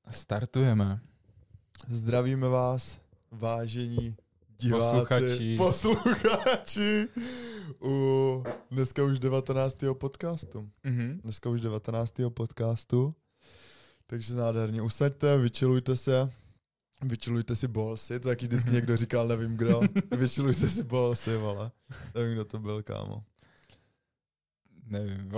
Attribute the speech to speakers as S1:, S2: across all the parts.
S1: Startujeme.
S2: Zdravíme vás, vážení diváci, posluchači u dneska už 19. podcastu.
S1: Mhm.
S2: Dneska už 19. podcastu, takže nádherně usaďte, vyčilujte si bolsy, to taky vždycky někdo říkal, nevím kdo, vyčilujte si bolsy, vole. Nevím, kdo to byl, kámo.
S1: Nevím.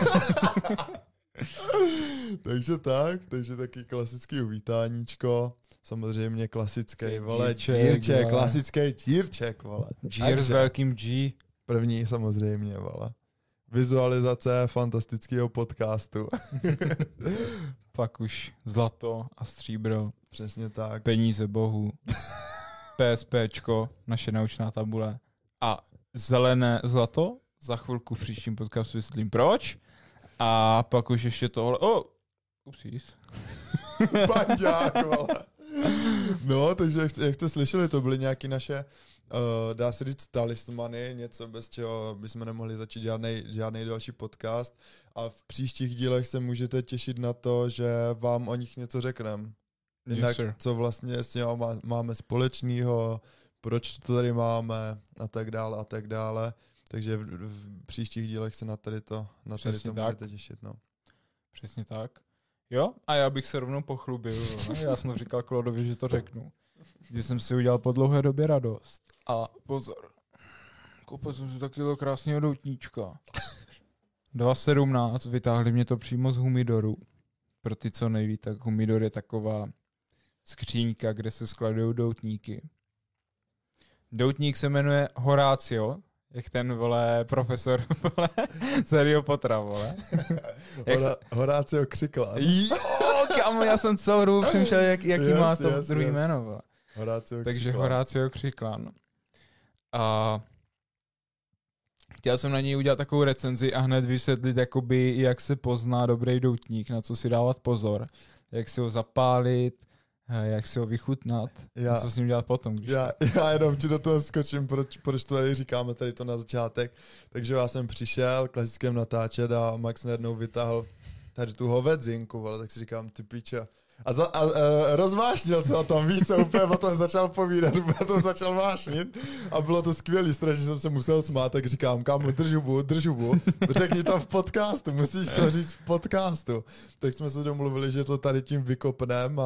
S2: takže taky klasický uvítáníčko, samozřejmě klasický, vole,
S1: Čírček, vole.
S2: klasický čírček, vole.
S1: G s velkým G.
S2: První samozřejmě, vole. Vizualizace fantastického podcastu.
S1: Pak už zlato a stříbro.
S2: Přesně tak.
S1: Peníze bohu. PSPčko, naše naučná tabule. A zelené zlato. Za chvilku v příštím podcastu vysvětlím proč. A pak už ještě tohle. Upsís.
S2: Panďák, vole. No, takže jak jste slyšeli, to byly nějaké naše, dá se říct, talismany, něco bez čeho bychom nemohli začít žádný další podcast. A v příštích dílech se můžete těšit na to, že vám o nich něco řekneme. Jinak, co vlastně s tím máme společného, proč to tady máme a tak dále. Takže v příštích dílech se na tady to můžete těšit. No.
S1: Přesně tak. Jo, a já bych se rovnou pochlubil. No? Já jsem říkal Klodovi, že to řeknu. Že jsem si udělal po dlouhé době radost. A pozor, koupil jsem si takového krásného doutníčka. 2017, vytáhli mě to přímo z Humidoru. Pro ty, co neví, tak Humidor je taková skříňka, kde se skladují doutníky. Doutník se jmenuje Horácio, jak ten, vole, profesor, vole, z Harryho Pottera, vole.
S2: Horácio Křiklán.
S1: Jo, kámo, já jsem celou dobu přemýšlel, jaký má to druhý jméno, vole. Takže Horácio Křiklán. A chtěl jsem na něj udělat takovou recenzi a hned vysvětlit, jakoby, jak se pozná dobrý doutník, na co si dávat pozor, jak si ho zapálit, jak si ho vychutnat, co s ním dělat potom. Když
S2: já jenom ti do toho skočím, proč to tady říkáme, tady to na začátek. Takže já jsem přišel klasickém natáčet a Max najednou vytáhl tady tu hovedzinku, ale tak si říkám, ty piče. A rozvášnil se o tom, víš co, úplně o tom začal povídat, úplně to začal vášnit a bylo to skvělý, strašně jsem se musel smát, tak říkám, kámo, drž hubu, řekni to v podcastu, musíš to říct v podcastu. Tak jsme se domluvili, že to tady tím vykopneme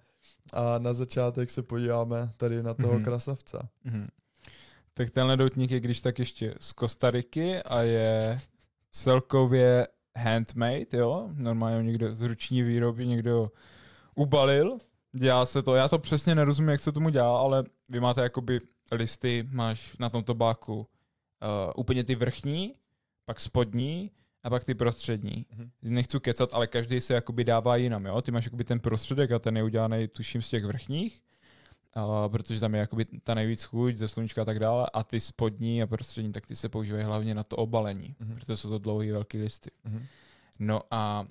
S2: a na začátek se podíváme tady na toho krasavce.
S1: Mm-hmm. Tak tenhle doutník je když tak ještě z Kostariky a je celkově handmade, jo? Normálně někdo z ruční výroby, někdo ubalil. Dělá se to, já to přesně nerozumím, jak se tomu dělá, ale vy máte jakoby listy, máš na tom tobáku úplně ty vrchní, pak spodní a pak ty prostřední. Nechci kecat, ale každý se jakoby dává jinam, jo? Ty máš jakoby ten prostředek a ten je udělaný, tuším, z těch vrchních, protože tam je jakoby ta nejvíc chuť ze sluníčka a tak dále, a ty spodní a prostřední, tak ty se používají hlavně na to obalení, protože jsou to dlouhý velký listy. No a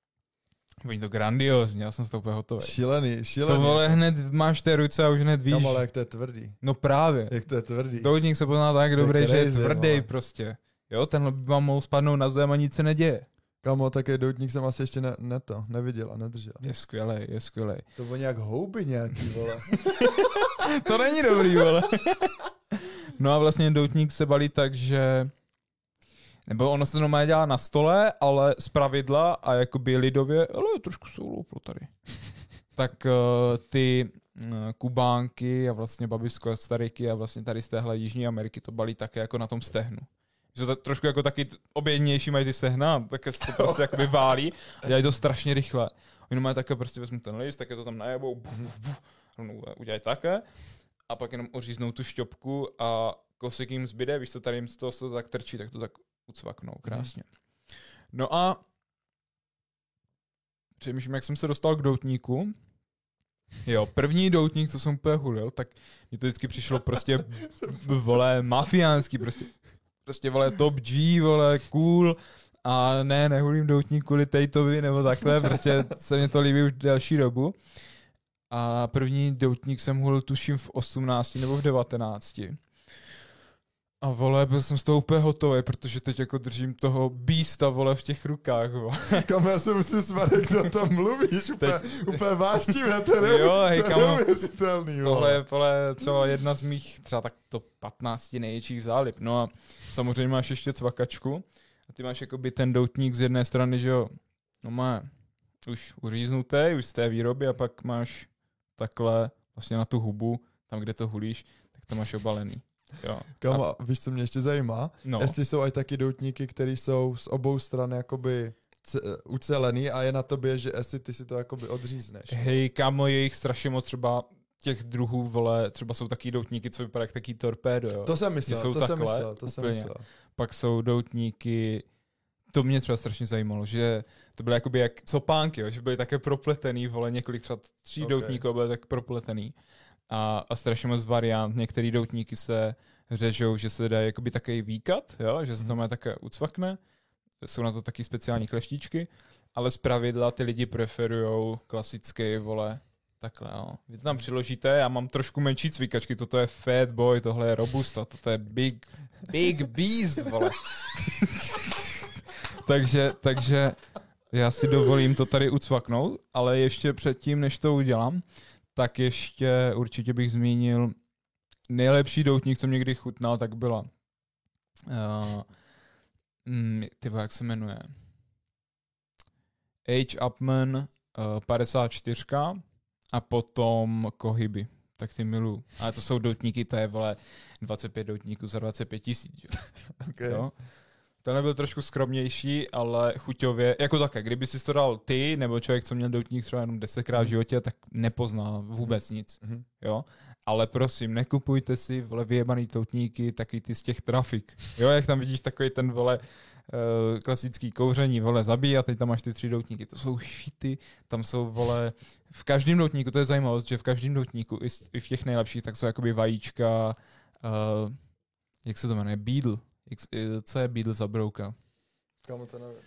S1: bude to grandiózní, já jsem z toho úplně hotový.
S2: Šílený.
S1: To vole, hned máš té ruce a už hned víš.
S2: Kam, ale jak to je tvrdý.
S1: No právě.
S2: Jak to je tvrdý.
S1: Doutník se pozná tak dobrý, že je tvrdý prostě. Jo, tenhle by vám mohl spadnout na zem a nic se neděje.
S2: Kamo, také doutník jsem asi ještě neviděl a nedržel.
S1: Je skvělej.
S2: To bylo nějak houby nějaký, vole.
S1: To není dobrý, vole. No a vlastně doutník se balí tak, že nebo ono se normálně dělá na stole, ale z pravidla a jakoby lidově, ale trošku soulouplo tady. Tak ty Kubánky a vlastně babisko a Stariky a vlastně tady z téhle Jižní Ameriky to balí také jako na tom stehnu. Že to trošku jako taky obědnější mají ty stehna, tak se to prostě jakoby válí a dělají to strašně rychle. Oni mají také prostě vezmu ten list, tak je to tam najebou, udělají také a pak jenom oříznou tu šťopku a kousek jim zbyde, víš co, tady jim z toho se to tak trčí, tak to tak ucvaknou krásně. No a přemýšlím, jak jsem se dostal k doutníku. Jo, první doutník, co jsem úplně hulil, tak mi to vždycky přišlo prostě, vole, mafiánský, prostě vole, top G, vole, cool, a nehulím doutník kvůli Tejtovi, nebo takhle, prostě se mě to líbí už delší dobu. A první doutník jsem hulil tuším v 18 nebo v 19. A vole, byl jsem z toho úplně hotový, protože teď jako držím toho beasta, vole, v těch rukách, vole.
S2: Kam já se musím smát, jak to tam mluvíš, úplně váštivě, to je neuvěřitelný, vole.
S1: Tohle je, vole, třeba jedna z mých, třeba tak to 15 největších zálib. No a samozřejmě máš ještě cvakačku a ty máš jakoby ten doutník z jedné strany, že jo, no má už uříznutý, už z té výroby a pak máš takhle vlastně na tu hubu, tam, kde to hulíš, tak to máš obalený. Jo.
S2: Kámo, víš, co mě ještě zajímá?
S1: No.
S2: Jestli jsou aj taky doutníky, které jsou z obou stran jakoby ucelený a je na tobě, že jestli ty si to jakoby odřízneš.
S1: Hej, kámo, je jich strašně moc, třeba těch druhů, vole, třeba jsou taky doutníky, co vypadají jak taký torpédo, jo.
S2: To jsem myslel, to jsem myslel.
S1: Pak jsou doutníky, to mě třeba strašně zajímalo, že to byly jakoby jak copánky, jo, že byly také propletený, vole, několik třeba 3 doutníků byly tak propletený. A strašně moc variant. Některý doutníky se řežou, že se dá jakoby takový výkat, jo? Že se to má také ucvakne. Jsou na to taky speciální kleštíčky, ale zpravidla ty lidi preferujou klasický, vole, takhle, jo. Vy to tam přiložíte, já mám trošku menší cvikačky, toto je fat boy, tohle je robusta, toto je big beast, vole. takže já si dovolím to tady ucvaknout, ale ještě předtím, než to udělám, tak ještě určitě bych zmínil nejlepší doutník, co mě kdy chutnal, tak byla jak se jmenuje? H. Upman 54 a potom Kohyby. Tak ty miluju. Ale to jsou doutníky, to je, vole, 25 doutníků za 25 000.
S2: Okay.
S1: Jo? Ten byl trošku skromnější, ale chuťově, jako také, kdyby si to dal ty, nebo člověk, co měl doutník třeba jenom 10krát v životě, tak nepozná vůbec nic, jo. Ale prosím, nekupujte si, vole, vyjebaný doutníky, taky ty z těch trafik, jo, jak tam vidíš takový ten, vole, klasický kouření, vole, zabíjí a teď tam máš ty 3 doutníky, to jsou šity, tam jsou, vole, v každém doutníku, to je zajímavost, že v každém doutníku, i v těch nejlepších, tak jsou jakoby vajíčka, jak se to jmenuje, Beadle. Co je Beadle za brouka?
S2: Kámo, to nevím.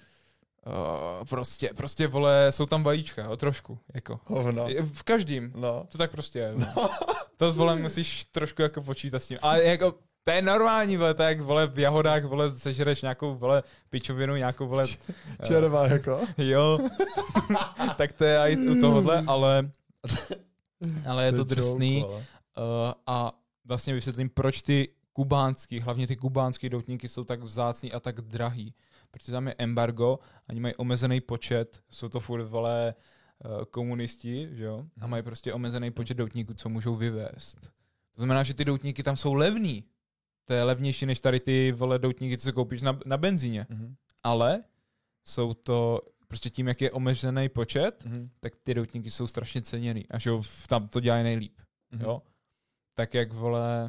S1: Prostě, vole, jsou tam vajíčka, jo, trošku, jako.
S2: Hovno.
S1: V každým.
S2: No.
S1: To tak prostě je. No. To, vole, musíš trošku jako počítat s tím. Ale jako, to je normální, vole, tak, vole, v jahodách, vole, sežereš nějakou, vole, pičovinu, nějakou, vole...
S2: Červá, jako?
S1: Jo. Tak to je i u tohohle, ale je to drsný. A vlastně vysvětlím, proč ty kubánský, hlavně ty kubánský doutníky jsou tak vzácný a tak drahý. Protože tam je embargo, oni mají omezený počet, jsou to furt, vole, komunisti, že jo? A mají prostě omezený počet doutníků, co můžou vyvést. To znamená, že ty doutníky tam jsou levný. To je levnější než tady ty, vole, doutníky, co koupíš na benzíně. Ale jsou to, prostě tím, jak je omezený počet, tak ty doutníky jsou strašně ceněný. A že jo, tam to dělají nejlíp. Jo? Tak jak, vole,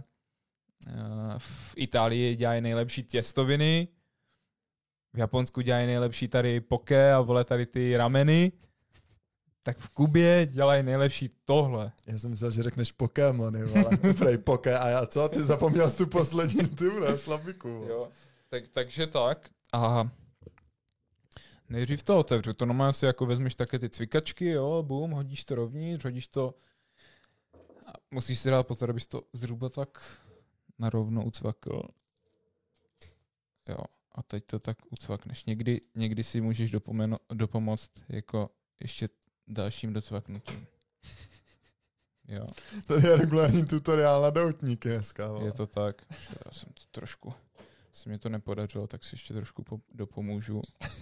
S1: v Itálii dělají nejlepší těstoviny, v Japonsku dělají nejlepší tady poke a, vole, tady ty rameny, tak v Kubě dělají nejlepší tohle.
S2: Já jsem myslel, že řekneš Pokémony, vole. Prej poke a já co? Ty zapomněl jsi tu poslední slabiku.
S1: Jo, takže tak. A nejdřív to otevřu. To normálně si jako vezmeš také ty cvikačky, jo, bum, hodíš to rovnitř, hodíš to. A musíš si dát pozor, abys to zhruba tak narovno ucvakl. Jo, a teď to tak ucvakneš. Někdy si můžeš dopomoct jako ještě dalším docvaknutím. Jo.
S2: Tady je regulární tutoriál na doutníky dneska. Vole.
S1: Je to tak. Já jsem to trošku, se mi to nepodařilo, tak si ještě trošku dopomůžu.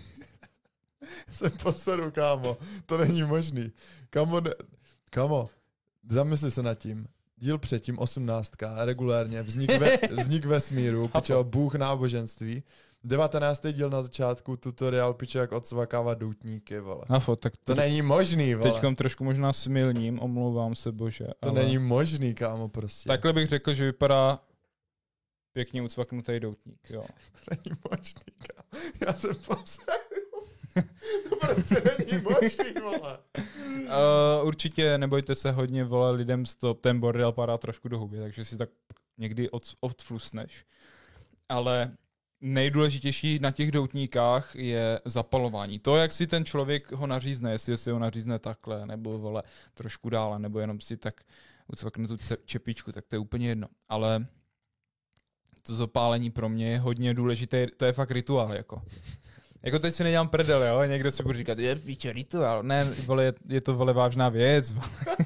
S2: Jsem posedu, kámo. To není možný. Kámo, zamysli se nad tím. Díl předtím, 18. regulárně, vznik vesmíru, pičo, Bůh náboženství. 19. díl na začátku, tutoriál, pičo, jak odsvakávat doutníky, vole.
S1: Tak
S2: to není možný, vole.
S1: Teďkom trošku možná smilním, omlouvám se, bože.
S2: To není možný, kámo, prostě.
S1: Takhle bych řekl, že vypadá pěkně ucvaknutý doutník, jo.
S2: To není možný, kámo. Já jsem posedu. To prostě není možný, vole.
S1: Určitě nebojte se hodně, vole, lidem ten bordel padá trošku do huby, takže si tak někdy odflusneš. Ale nejdůležitější na těch doutníkách je zapalování. To, jak si ten člověk ho nařízne, jestli si ho nařízne takhle, nebo, vole, trošku dále, nebo jenom si tak ucvakne tu čepičku, tak to je úplně jedno. Ale to zapálení pro mě je hodně důležité, to je fakt rituál, jako. Jako teď si nedělám prdel, jo, někdo si bude říkat, je píče, rituál, ne, vole, je to, vole, vážná věc.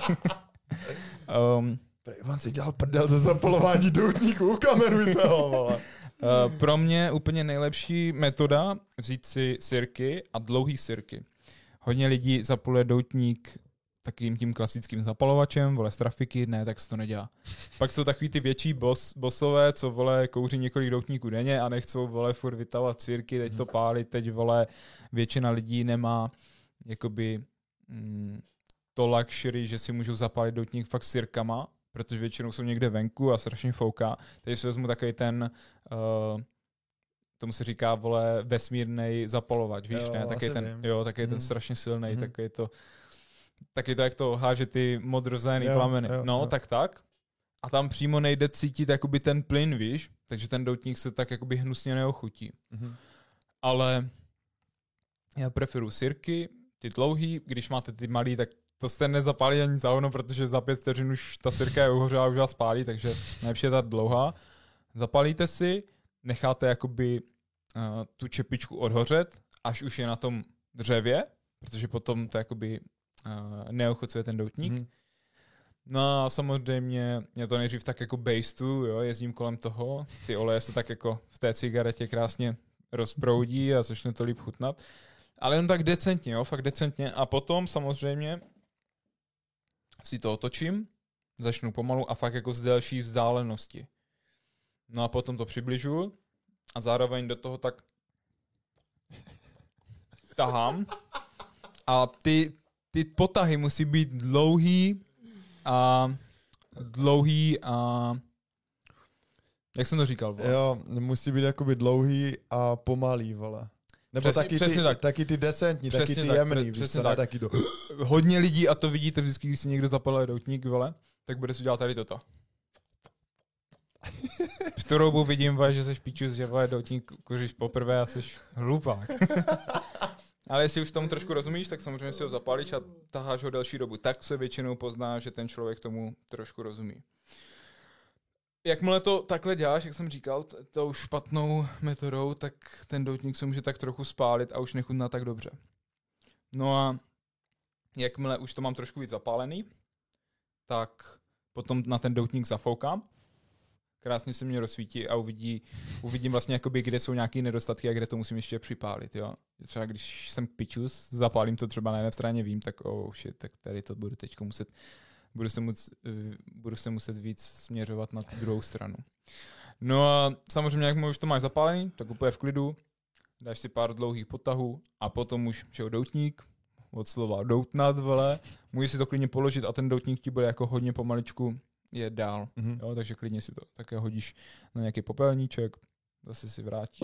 S2: On si dělal prdel ze zapalování doutníků, kamerujte ho, vole.
S1: Pro mě úplně nejlepší metoda vzít si sirky a dlouhý sirky. Hodně lidí zapaluje doutník takým tím klasickým zapalovačem, vole, z trafiky, ne, tak se to nedělá. Pak jsou takový ty větší bosové, co, vole, kouří několik doutníků denně a nechcou, vole, furt vytahovat sirky, teď to pálit, teď, vole, většina lidí nemá, jakoby, to luxury, že si můžou zapálit doutník fakt s sirkama, protože většinou jsou někde venku a strašně fouká. Takže si vezmu takový ten, tomu se říká, vole, vesmírnej zapalovač, víš,
S2: jo,
S1: ne? Taky ten, jo, taky ten strašně silný, taky to, jak to háže ty modrozelený plameny. No, tak. A tam přímo nejde cítit jakoby ten plyn, víš, takže ten doutník se tak jakoby hnusně neochutí. Ale já preferuji sirky, ty dlouhý, když máte ty malý, tak to jste nezapálí ani za ono, protože za 5 vteřin už ta sirka je uhořela, už vás pálí, takže nejlepší je ta dlouhá. Zapalíte si, necháte jakoby tu čepičku odhořet, až už je na tom dřevě, protože potom to jakoby neochocuje ten doutník. No a samozřejmě mě to nejdřív tak jako bejstu, jo, jezdím kolem toho, ty oleje se tak jako v té cigaretě krásně rozproudí a začne to líp chutnat. Ale jen tak decentně, jo, fakt decentně. A potom samozřejmě si to otočím, začnu pomalu a fakt jako z delší vzdálenosti. No a potom to přibližuju a zároveň do toho tak tahám. A ty potahy musí být dlouhý a jak jsem to říkal, vole?
S2: Jo, musí být jakoby dlouhý a pomalý, vole. Nebo taky ty decentní, taky ty jemný,
S1: přesně tak.
S2: Taky to.
S1: Hodně lidí, a to vidíte vždycky, když si někdo zapaluje doutník, vole, tak bude si dělat tady toto. V tu dobu vidím, vole, že seš píčus, že, vole, doutník kuříš poprvé a seš hlupák. Ale jestli už tomu trošku rozumíš, tak samozřejmě si ho zapálíš a taháš ho delší dobu. Tak se většinou pozná, že ten člověk tomu trošku rozumí. Jakmile to takhle děláš, jak jsem říkal, tou špatnou metodou, tak ten doutník se může tak trochu spálit a už nechutná tak dobře. No a jakmile už to mám trošku víc zapálený, tak potom na ten doutník zafoukám, krásně se mě rozsvítí a uvidím vlastně, jakoby, kde jsou nějaké nedostatky a kde to musím ještě připálit. Jo? Třeba když jsem pičus, zapálím to třeba na jedné straně, vím, tak oh shit, tak tady to budu teď muset, budu se muset víc směřovat na tu druhou stranu. No a samozřejmě, jak už to máš zapálený, tak úplně v klidu, dáš si pár dlouhých potahů a potom už šel doutník, od slova doutnat, vole, můžeš si to klidně položit a ten doutník ti bude jako hodně pomaličku je dál. Jo, takže klidně si to také hodíš na nějaký popelníček, zase si vrátí.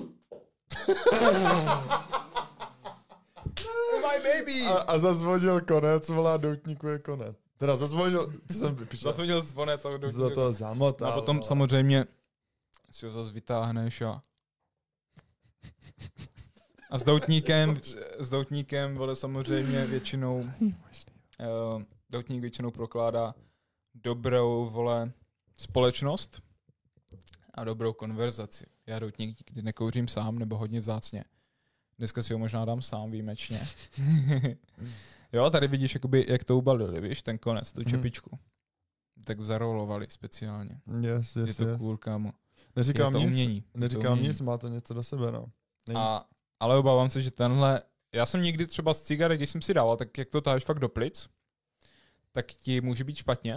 S1: My baby!
S2: A zazvonil konec, volá doutníku je konec. Teda zazvonil, co jsem vypíšel.
S1: Zazvonil zvonec a doutník.
S2: Za to zamotal.
S1: A potom samozřejmě si ho zase vytáhneš a s doutníkem, vole, samozřejmě většinou doutník většinou prokládá dobrou, vole, společnost a dobrou konverzaci. Já doutník nikdy nekouřím sám, nebo hodně vzácně. Dneska si ho možná dám sám výjimečně. Jo, tady vidíš, jakoby, jak to ubalili, víš, ten konec, tu čepičku. Tak zarolovali speciálně.
S2: Yes,
S1: je to cool, kámo.
S2: Neříkám
S1: je to
S2: nic,
S1: umění.
S2: neříkám nic, má to něco do sebe, no.
S1: Ale obávám se, že tenhle, já jsem někdy třeba z cigaret, když jsem si dával, tak jak to táháš fakt do plic, tak ti může být špatně.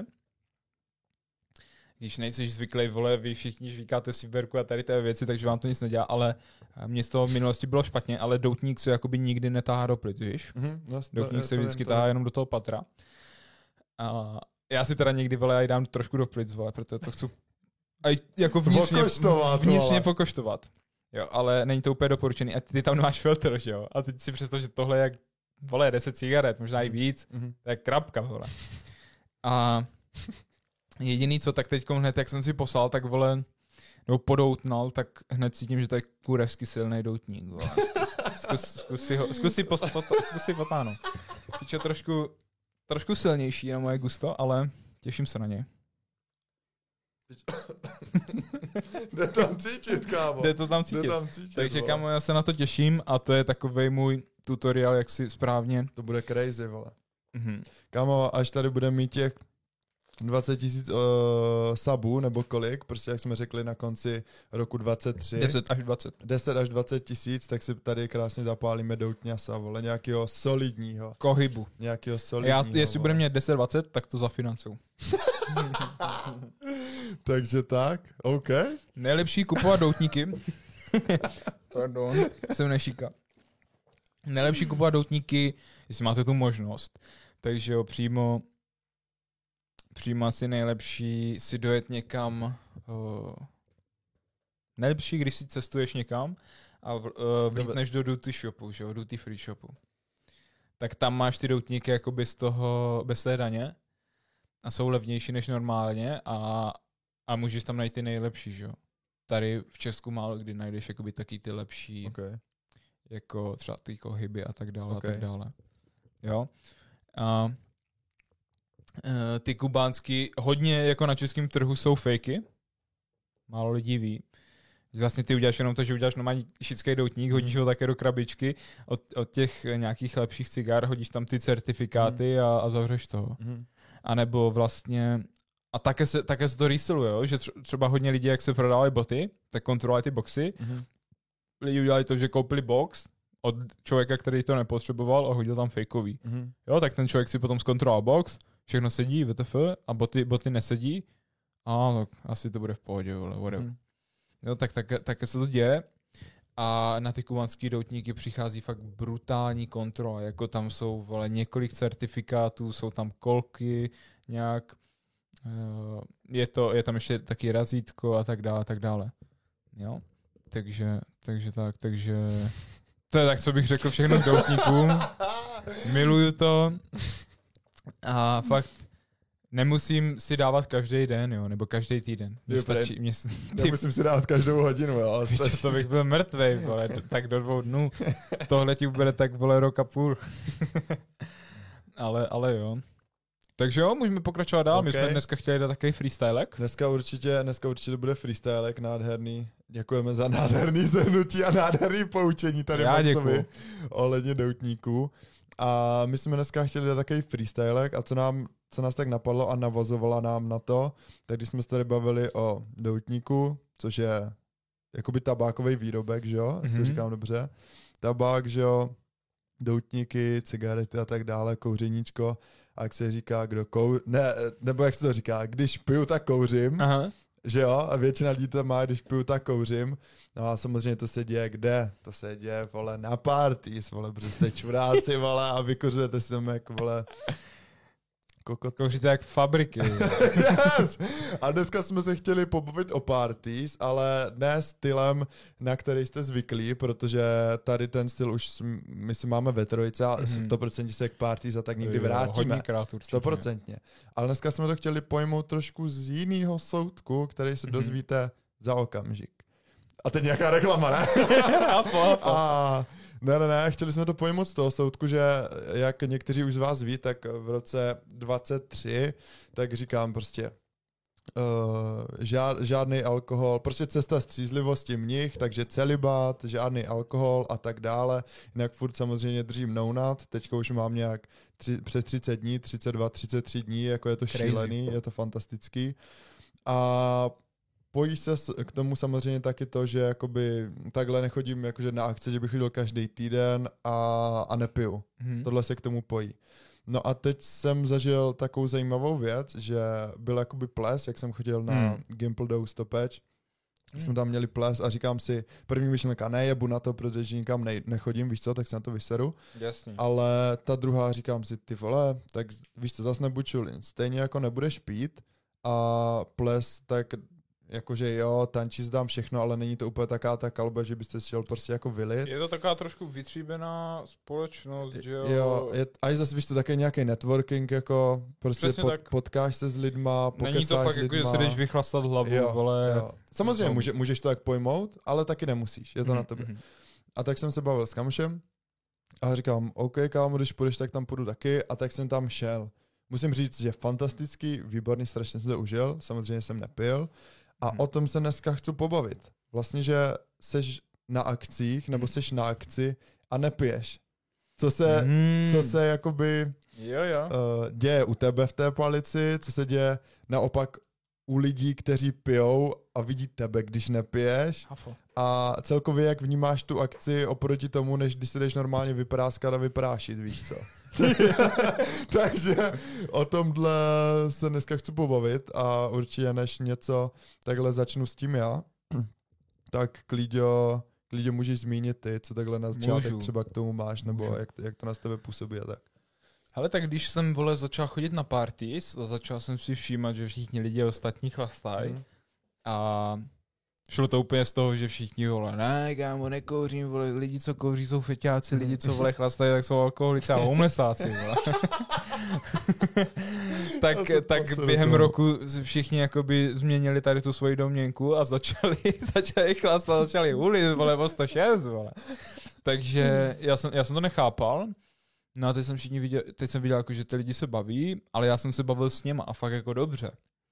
S1: Když nejsi zvyklý, vole, vy všichni žvíkáte si berku a tady té věci, takže vám to nic nedělá, ale mně z toho v minulosti bylo špatně, ale doutník se jakoby nikdy netáhá do plic, víš? Doutník se vždycky táhá jenom do toho patra. A já si teda někdy, vole, já dám trošku do plic, vole, protože to chci jako vnitřně pokoštovat. Jo, ale není to úplně doporučený. A ty tam nemáš filtr, že jo? A teď si představ, že tohle je jak, vole, 10 cigaret, možná i víc. To je krabka, vole. A jediný co, tak teď hned, jak jsem si poslal, tak, vole, nebo podoutnal, tak hned cítím, že to je kurevsky silný doutník, vole. Zkus si potáhnout. Píče trošku silnější na moje gusto, ale těším se na něj.
S2: Jde tam cítit, kámo.
S1: Jde to tam
S2: Jde
S1: cítit.
S2: tam cítit.
S1: Takže
S2: vole.
S1: kámo, já se na to těším a to je takovej můj tutoriál, jak si správně.
S2: To bude crazy, vole.
S1: Mhm.
S2: Kámo, až tady bude mít těch 20 000 subů, nebo kolik, prostě jak jsme řekli na konci roku 23.
S1: 10 až 20.
S2: 10 až 20 tisíc, tak si tady krásně zapálíme doutňasa, vole, nějakého solidního.
S1: Kohybu.
S2: Nějakého solidního.
S1: Jestli bude mít 10-20, tak to zafinancuju.
S2: Takže tak, OK.
S1: Nejlepší kupovat doutníky. Pardon, jsem nešíka. Nejlepší kupovat doutníky, jestli máte tu možnost. Takže jo, přímo asi nejlepší si dojet někam. Nejlepší, když si cestuješ někam a vlítneš do duty shopu, že jo, duty free shopu. Tak tam máš ty doutníky jako bez té daně a jsou levnější než normálně a můžeš tam najít ty nejlepší, že jo. Tady v Česku málo kdy najdeš jakoby taky ty lepší,
S2: Okay.
S1: jako třeba ty kohyby a tak dále
S2: Okay.
S1: a tak dále. Jo. A ty kubánský, hodně jako na českém trhu jsou fakey. Málo lidí ví. Vlastně ty uděláš jenom to, že uděláš normální šický doutník, hodíš ho také do krabičky od těch nějakých lepších cigár, hodíš tam ty certifikáty a zavřeš toho. A nebo vlastně, a také se to reselluje, jo? Že třeba hodně lidí, jak se prodávali boty, tak kontrolovali ty boxy. Lidi udělali to, že koupili box od člověka, který to nepotřeboval a hodil tam fakeový. Jo, tak ten člověk si potom zkontroloval box, všechno sedí, WTF, a boty nesedí. A tak asi to bude v pohodě, whatever. Jo, tak se to děje. A na ty kubánský doutníky přichází fakt brutální kontrola, jako tam jsou několik certifikátů, jsou tam kolky nějak, je tam ještě taky razítko a tak dále. Jo? Takže to je tak, co bych řekl všechno k doutníkům. Miluju to a fakt nemusím si dávat každý den, jo, nebo každý týden.
S2: Nemusím si dávat každou hodinu, jo.
S1: Víš, to bych byl mrtvej, vole, tak do 2 dnů. Tohle ti bude tak, vole, rok a půl. ale jo. Takže jo, můžeme pokračovat dál. Okay. My jsme dneska chtěli dát takový freestylek.
S2: Dneska určitě bude freestylek nádherný. Děkujeme za nádherný zhrnutí a nádherný poučení tady Maxovi ohledně doutníků. A my jsme dneska chtěli dát takový freestylek a co nás tak napadlo a navazovala nám na to, tak když jsme se tady bavili o doutníku, což je jakoby tabákový výrobek, že jo, jestli říkám dobře. Tabák, že jo, doutníky, cigarety a tak dále, kouřeníčko. A jak se říká, nebo jak se to říká, když piju, tak kouřím.
S1: Aha.
S2: Že jo, a většina lidí to má, když piju, tak kouřím. No a samozřejmě to se děje kde? To se děje, vole, na parties, vole, protože jste čuráci, vole, a vykořujete si tam jako, vole, kokot.
S1: Kouříte jak fabriky.
S2: Yes! A dneska jsme se chtěli pobavit o parties, ale ne stylem, na který jste zvyklí, protože tady ten styl už my si máme ve trojice a 100% se k parties a tak někdy vrátíme. 100%. Ale dneska jsme to chtěli pojmout trošku z jiného soudku, který se dozvíte za okamžik. A teď nějaká reklama, ne? A ne, chtěli jsme to pojmout z toho soudku, že jak někteří už z vás ví, tak v roce 23, tak říkám prostě žádný alkohol, prostě cesta střízlivosti mnich, takže celibát, žádný alkohol a tak dále. Jinak furt samozřejmě držím nounat, teďka už mám nějak přes 30 dní, 32, 33 dní, jako je to šílený, je to fantastický. A pojí se k tomu samozřejmě taky to, že jakoby takhle nechodím jakože na akce, že bych chodil každý týden a nepiju. Tohle se k tomu pojí. No a teď jsem zažil takovou zajímavou věc, že byl jakoby ples, jak jsem chodil na Gimpledou stopeč. Jsme tam měli ples a říkám si, první myšlenka, nejebu na to, protože nikam nechodím, víš co, tak se na to vyseru.
S1: Jasně.
S2: Ale ta druhá říkám si, ty vole, tak víš co, zas nebuď čulin. Stejně jako nebudeš pít a ples, tak jakože jo, tančí se tam všechno, ale není to úplně taká ta kalba, že byste šel prostě jako vylit.
S1: Je to taková trošku vytříbená společnost, že jo?
S2: Jo, a zase víš to také nějaký networking, jako prostě potkáš se s lidma, pokecáš s lidma.
S1: Není to fakt jako, že si jdeš vychlastat hlavu, vole.
S2: Jo. Samozřejmě můžeš to tak pojmout, ale taky nemusíš, je to na tebe. A tak jsem se bavil s kamošem a říkám, OK, kámo, když půjdeš, tak tam půjdu taky a tak jsem tam šel. musím říct, že fantastický, výborný, strašně jsem to užil, samozřejmě jsem nepil a o tom se dneska chci pobavit. Vlastně, že seš na akcích, nebo seš na akci a nepiješ. Co se jakoby děje u tebe v té koalici, co se děje naopak u lidí, kteří pijou a vidí tebe, když nepiješ. A celkově jak vnímáš tu akci oproti tomu, než když se jdeš normálně vypráskat a vyprášit, víš co? Takže o tomhle se dneska chci pobavit a určitě než něco takhle začnu s tím já, tak klidně můžeš zmínit ty, co takhle na začátek třeba k tomu máš, nebo jak to na tebe působí a tak.
S1: Ale tak když jsem, začal chodit na parties, začal jsem si všímat, že všichni lidi ostatní chlastají a šlo to úplně z toho, že všichni, ne, kámo, nekouřím, lidi, co kouří, jsou feťáci, lidi, co, chlastají, tak jsou alkoholici a homelessáci, tak během roku všichni jakoby změnili tady tu svoji domněnku a začali chlastat, začali hulit, po 106, Takže já jsem to nechápal. No a teď jsem viděl, jako, že ty lidi se baví, ale já jsem se bavil s něma a fakt jako dobře.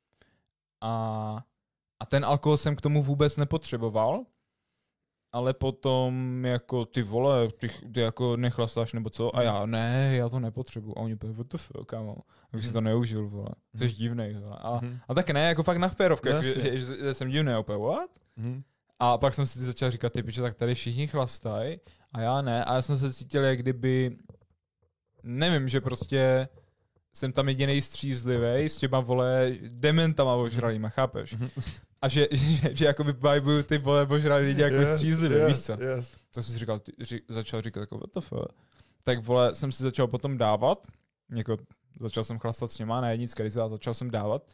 S1: A ten alkohol jsem k tomu vůbec nepotřeboval, ale potom jako ty vole, ty jako nechlastáš nebo co? A já to nepotřebuju. A oni what the fuck, kámo, abych si to neužil, vole. Jsi divnej, vole. A tak ne, jako fakt na férovku, že jsem divnej, opět, what? A pak jsem si začal říkat, ty piče, tak tady všichni chlastají a já ne. A já jsem se cítil, jak kdyby nevím, že prostě jsem tam jedinej střízlivej s těma, dementama ožralýma, chápeš? A že jakoby vibuju ty, ožralý lidi jako střízlivý, víš co?
S2: Yes.
S1: Tak jsem si začal říkat jako, what the fuck? Tak, jsem si začal potom dávat, jako začal jsem chlastat s něma, ne nic krize, a začal jsem dávat.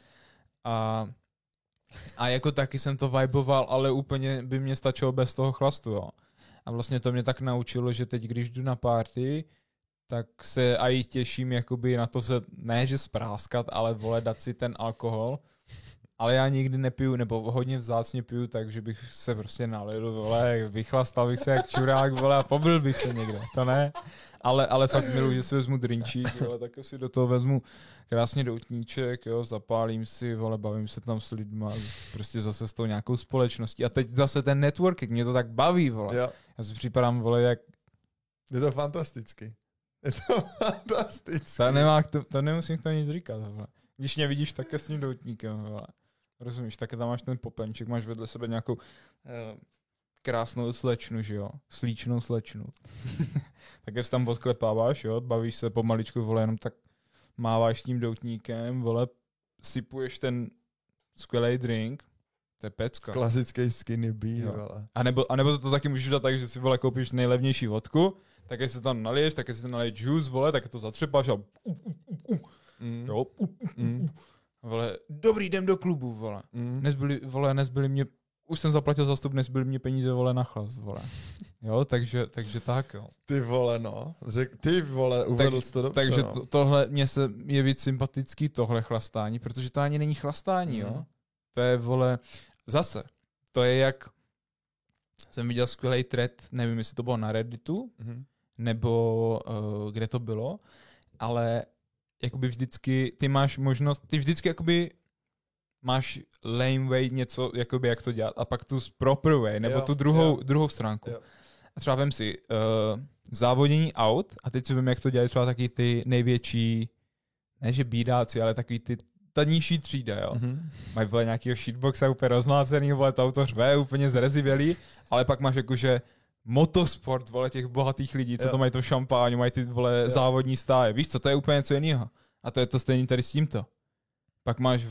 S1: A jako taky jsem to viboval, ale úplně by mě stačilo bez toho chlastu, jo. A vlastně to mě tak naučilo, že teď, když jdu na party, tak se aj těším jakoby na to se, ne že spráskat, ale dát si ten alkohol. Ale já nikdy nepiju, nebo hodně vzácně piju, takže bych se prostě nalil, vychlastal bych se jak čurák, a pobil bych se někde, to ne. Ale fakt miluji, že si vezmu drinčík, tak si do toho vezmu krásně doutníček, zapálím si, bavím se tam s lidma, prostě zase s tou nějakou společností. A teď zase ten networking, mě to tak baví, Já si připadám, jak...
S2: Je to fantastický. Je to fantastické.
S1: To nemusím to nic říkat. Když mě vidíš také s tím doutníkem. Rozumíš, také tam máš ten popenček, máš vedle sebe nějakou krásnou slečnu, že jo? Slíčnou slečnu. Tak se tam odklepáváš, jo? Bavíš se pomaličku, jenom tak máváš tím doutníkem, sypuješ ten skvělý drink. To je pecka.
S2: Klasický skinny beer,
S1: A nebo to taky můžeš dát tak, že si, koupíš nejlevnější vodku, tak když se tam naliješ, tak si tam naliješ juice, tak to zatřepáš a dobrý, jdem do klubu, Nezbyli mě, už jsem zaplatil za vstup, nezbyly mě peníze, na chlast, Jo, takže tak, jo.
S2: Ty uvedl jsi to dobře,
S1: takže tohle, mně se je víc sympatický tohle chlastání, protože to ani není chlastání, jo. To je, zase, to je jak, jsem viděl skvělý thread, nevím, jestli to bylo na Redditu, nebo kde to bylo, ale jakoby vždycky ty máš možnost, ty vždycky jakoby máš lame way něco, jakoby jak to dělat, a pak tu proper way, nebo tu druhou stránku. Jo. A třeba vem si závodění aut, a teď si vím, jak to dělají třeba taky ty největší, ne že bídáci, ale takový ta nižší třída, jo. Mají nějakýho shitboxa úplně rozmlácený, to auto řve, úplně zrezivělý, ale pak máš jakože motosport, těch bohatých lidí, co to mají to šampáň, mají ty, závodní stáje. Víš co, to je úplně něco jiného. A to je to stejný tady s tímto. Pak máš,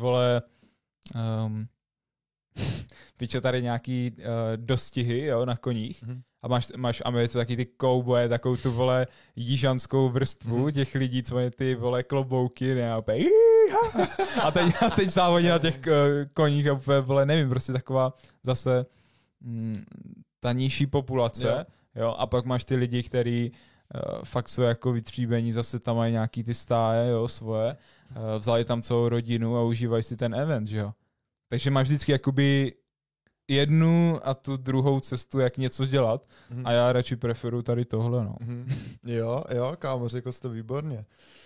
S1: píče tady nějaký dostihy, jo, na koních. A máš v Americe taky ty kouboje, takovou tu, jižanskou vrstvu těch lidí, co mají ty, klobouky, ne, a úplně a teď závodí na těch koních a úplně, nevím, prostě taková zase ta nižší populace, jo, a pak máš ty lidi, kteří fakt jsou jako vytříbení, zase tam mají nějaký ty stáje, jo, svoje, vzali tam celou rodinu a užívají si ten event, že jo. Takže máš vždycky jakoby jednu a tu druhou cestu, jak něco dělat, a já radši preferuju tady tohle, no.
S2: Jo, kámo, řekl jsi to výborně.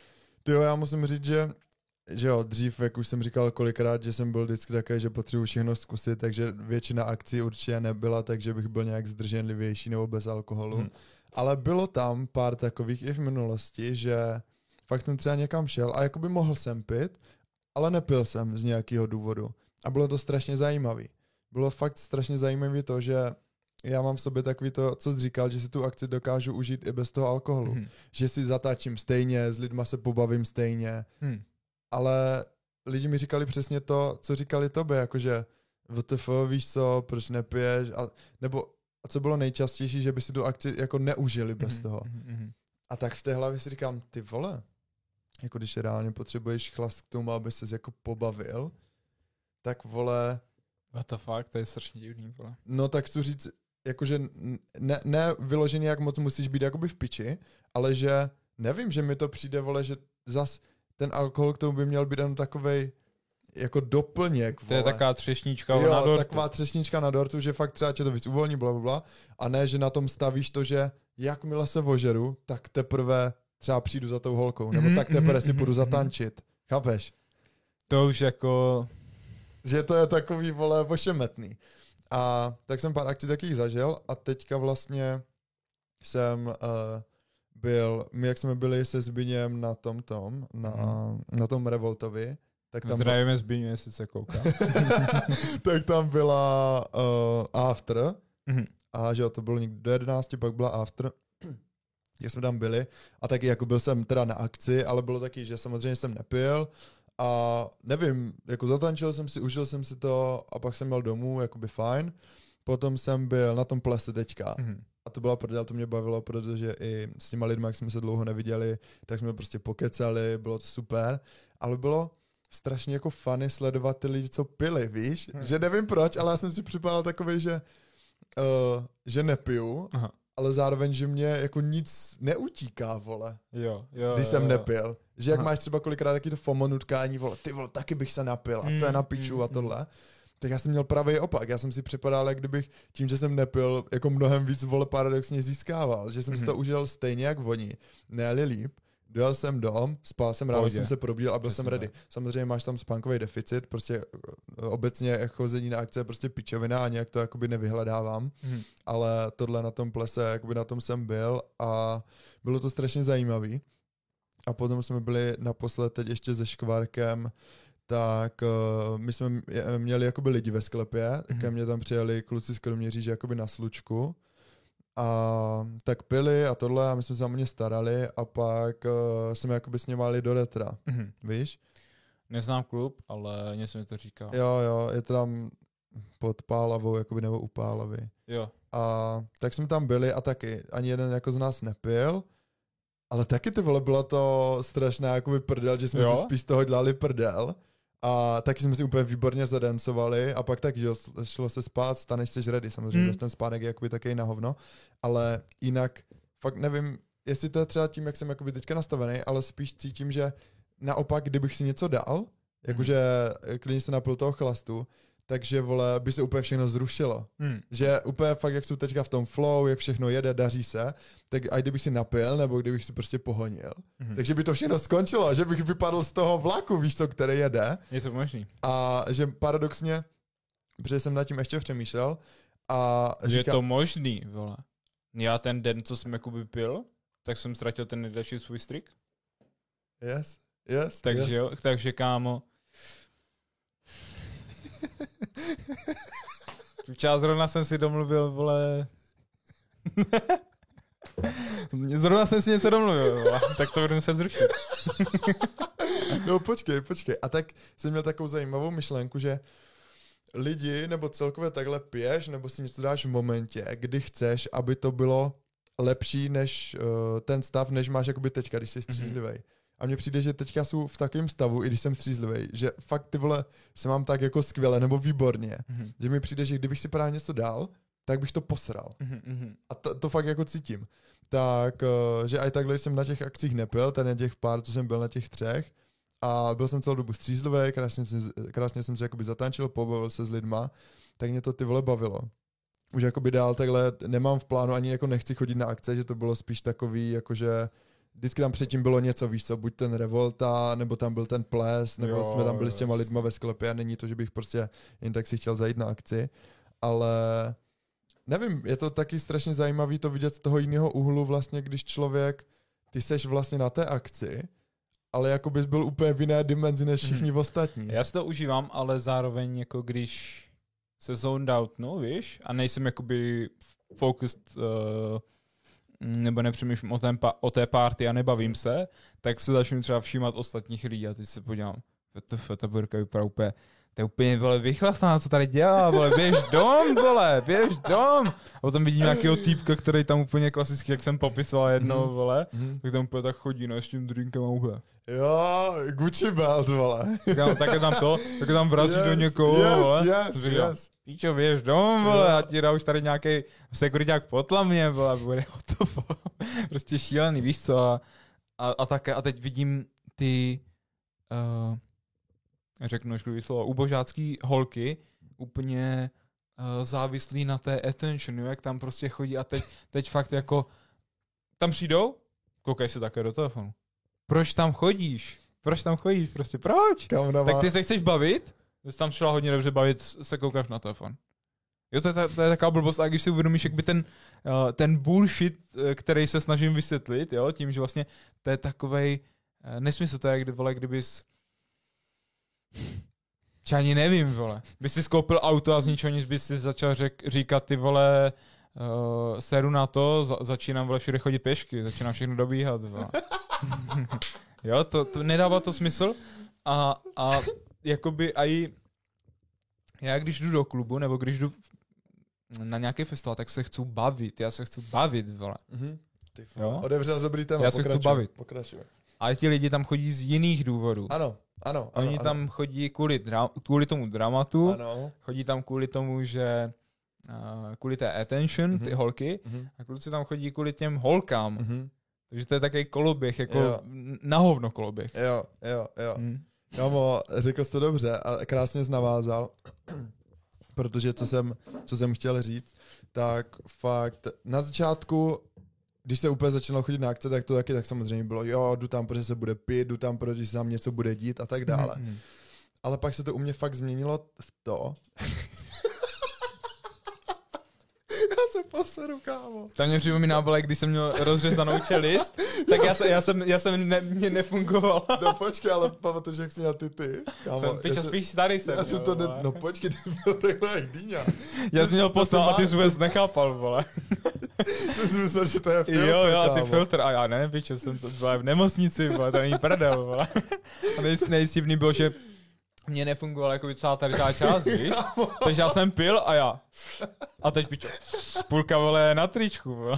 S2: Tyjo, já musím říct, že jo, dřív, jak už jsem říkal kolikrát, že jsem byl vždycky také, že potřebuji všechno zkusit, takže většina akcí určitě nebyla, takže bych byl nějak zdrženlivější nebo bez alkoholu. Ale bylo tam pár takových i v minulosti, že fakt jsem třeba někam šel a jakoby mohl jsem pít, ale nepil jsem z nějakého důvodu. A bylo to strašně zajímavý. Bylo fakt strašně zajímavé to, že já mám v sobě takový to, co jsi říkal, že si tu akci dokážu užít i bez toho alkoholu. Že si zatáčím stejně, s lidma se pobavím stejně. Ale lidi mi říkali přesně to, co říkali tobě, jakože WTF, víš co, proč nepiješ? A co bylo nejčastější, že by si tu akci jako neužili bez toho. A tak v té hlavě si říkám, ty vole, jako když reálně potřebuješ chlast k tomu, aby ses jako pobavil, tak vole...
S1: What the fuck, to je strašně divný, vole.
S2: No tak chci říct, jakože ne vyloženě, jak moc musíš být jakoby v piči, ale že nevím, že mi to přijde, vole, že zas ten alkohol k tomu by měl být jenom takovej jako doplněk, vole.
S1: To je taková třešnička
S2: na
S1: dortu.
S2: Taková třešnička na dortu, že fakt třeba tě to víc uvolní, blablabla, a ne, že na tom stavíš to, že jakmile se ožeru, tak teprve třeba přijdu za tou holkou, nebo tak teprve si půjdu zatančit. Chápeš?
S1: To už jako...
S2: Že to je takový, vole, ošemetný. A tak jsem pár akcí takových zažil a teďka vlastně jsem byl, my jak jsme byli se Zbyněm na tom Revoltovi, tak tam...
S1: Zdravíme Zbyňu, jestli se kouká.
S2: Tak tam byla after a že jo, to bylo někdy do 11, pak byla after, jak jsme tam byli a taky jako byl jsem teda na akci, ale bylo taky, že samozřejmě jsem nepil a nevím, jako zatančil jsem si, užil jsem si to a pak jsem měl domů, jakoby fajn. Potom jsem byl na tom plese teďka. A to byla prdel, to mě bavilo, protože i s těma lidmi, jak jsme se dlouho neviděli, tak jsme prostě pokecali, bylo to super, ale bylo strašně jako funny sledovat ty lidi, co pili, víš? Že nevím proč, ale já jsem si připadal takovej, že nepiju, ale zároveň, že mě jako nic neutíká, vole.
S1: Jo,
S2: když jsem nepil. Že jak máš třeba kolikrát taky to FOMO nutkání, vole, ty vole, taky bych se napil a to je na piču a tohle. Tak já jsem měl pravý opak. Já jsem si připadal, jak kdybych tím, že jsem nepil, jako mnohem víc, vole, paradoxně získával. Že jsem si to užil stejně jak oni. Ne-li líp. Dojel jsem dom, spal jsem ráno, jsem se probudil a byl jsem ready. Samozřejmě máš tam spánkový deficit, prostě obecně chození na akce je prostě pičovina a nějak to jakoby nevyhledávám. Ale tohle na tom plese, jakoby na tom jsem byl a bylo to strašně zajímavý. A potom jsme byli naposled teď ještě se Škvárkem, tak my jsme měli jakoby lidi ve sklepě, ke mně tam přijeli kluci z Kroměříže jakoby na slučku a tak pili a tohle a my jsme se o mě starali a pak jsme jakoby sněvali do Retra, víš?
S1: Neznám klub, ale něco mi to říká.
S2: Jo, je to tam pod Pálavou, jakoby nebo u Pálavy.
S1: Jo.
S2: A tak jsme tam byli a taky ani jeden jako z nás nepil, ale taky ty vole, byla to strašná jakoby prdel, že jsme si spíš z toho dělali prdel. A taky jsme si úplně výborně zadencovali a pak taky, že šlo se spát, staneš seš ready, samozřejmě, ten spánek je jakoby taky na hovno, ale jinak fakt nevím, jestli to je třeba tím, jak jsem jakoby teďka nastavený, ale spíš cítím, že naopak, kdybych si něco dal, jakože klidně se napil toho chlastu, takže vole, by se úplně všechno zrušilo. Že úplně fakt, jak jsou teďka v tom flow, jak všechno jede, daří se, tak a kdybych si napil, nebo kdybych si prostě pohonil, takže by to všechno skončilo, že bych vypadl z toho vlaku, víš co, který jede.
S1: Je to možný.
S2: A že paradoxně, protože jsem nad tím ještě přemýšlel a
S1: je to možný, vole. Já ten den, co jsem jakoby pil, tak jsem ztratil ten nejdelší svůj streak.
S2: Yes.
S1: Takže kámo, Včera zrovna jsem si domluvil, vole... Zrovna jsem si něco domluvil, vole. Tak to budu muset zrušit.
S2: No počkej. A tak jsem měl takovou zajímavou myšlenku, že lidi, nebo celkově takhle piješ, nebo si něco dáš v momentě, kdy chceš, aby to bylo lepší než ten stav, než máš jakoby teďka, když jsi střízlivej. A mně přijde, že teďka jsou v takovém stavu, i když jsem střízlivý, že fakt ty vole se mám tak jako skvěle nebo výborně, že mi přijde, že kdybych si právě něco dal, tak bych to posral. A to fakt jako cítím. Tak, že aj takhle jsem na těch akcích nepil, tady na těch pár, co jsem byl na těch 3, a byl jsem celou dobu střízlivý, krásně jsem se jakoby zatančil, pobavil se s lidma, tak mě to ty vole bavilo. Už jakoby dál takhle nemám v plánu, ani jako nechci chodit na akce, že to bylo spíš takový, jakože vždycky tam předtím bylo něco, víš co, buď ten Revolta, nebo tam byl ten ples, nebo jsme tam byli s těma lidma ve sklepě a není to, že bych prostě jen tak si chtěl zajít na akci, ale nevím, je to taky strašně zajímavý to vidět z toho jiného úhlu vlastně, když člověk, ty seš vlastně na té akci, ale jako bys byl úplně v jiné dimenzi než všichni ostatní.
S1: Já si to užívám, ale zároveň jako když se zoned out, no víš, a nejsem jakoby focused, nebo nepřemýšlím o té party a nebavím se, tak se začnu třeba všímat ostatních lidí a teď se podívám, ta burka vypadá úplně, to je úplně, vole, vychlastná, co tady dělá, vole, běž dom, vole, běž dom. A potom vidím nějakého týpka, který tam úplně klasicky, jak jsem popisoval jednou, vole, tak tam úplně tak chodí, no, s tím drinkem a úplně.
S2: Jo, Gucci belt, vole.
S1: Tak je tam to, tak je tam vrazí do někoho, vole.
S2: Yes.
S1: Píčo, běž dom, vole, a ti dá už tady nějaký sekuriťák potla mě, vole, bude hotovo. Prostě šílený, víš co, a teď vidím ty, řeknu šklivý slovo, ubožácký holky, úplně závislí na té attention, jo, jak tam prostě chodí a teď fakt jako, tam přijdou, koukaj se také do telefonu. Proč tam chodíš? Prostě proč? Tak ty se chceš bavit? Ty jsi tam šla hodně dobře bavit, se koukáš na telefon. Jo, to je taková blbost, a když si uvědomíš, jak by ten bullshit, který se snažím vysvětlit, jo, tím, že vlastně to je takovej nesmysl, to je, vole, kdybys ani nevím, vole. Bys si skoupil auto a z ničeho nic bys si začal říkat, ty vole, seru na to, začínám, vole, všude chodit pěšky, začínám všechno dobíhat, vole. Jo, to nedává to smysl a jakoby i já když jdu do klubu, nebo když jdu na nějaký festival, tak se chci bavit, vole.
S2: Ty vole. Odevřel dobrý téma,
S1: já se chci bavit.
S2: Pokračuj.
S1: Ale ti lidi tam chodí z jiných důvodů.
S2: Ano.
S1: Oni tam chodí kvůli tomu dramatu,
S2: ano.
S1: Chodí tam kvůli tomu, že kvůli té attention, ty holky, a kluci tam chodí kvůli těm holkám. Takže to je takový koloběh, jako na hovno koloběh.
S2: Jo. Kámo, řekl jsi to dobře a krásně jsi navázal, protože co jsem chtěl říct, tak fakt na začátku, když se úplně začalo chodit na akce, tak to taky tak samozřejmě bylo, jo, jdu tam, protože se bude pít, jdu tam, protože se tam něco bude dít a tak dále. Ale pak se to u mě fakt změnilo v to, já se poseru, kámo.
S1: Tam mě připomíná, vole, když jsem měl rozřezanou čelist, tak já jsem mě nefungoval.
S2: No počkej, ale pamatuju, jak jsi měl ty. Kámo,
S1: spíš starý jsem.
S2: Já jsem to no počkej, ty byl takhle jak dýňa.
S1: Já jsem měl poslat a ty jsi vůbec nechápal, vole.
S2: Jsem si myslel, že to je filtr,
S1: Jo, a ty filtr, a já nevím, piče, jsem to byla v nemocnici, vole, to není prdel, vole. A nejstivný bylo, že mě nefungovala jako celá tady ta část, víš? Takže já jsem pil a já. A teď pičo, půlka, vole, na tričku, vole.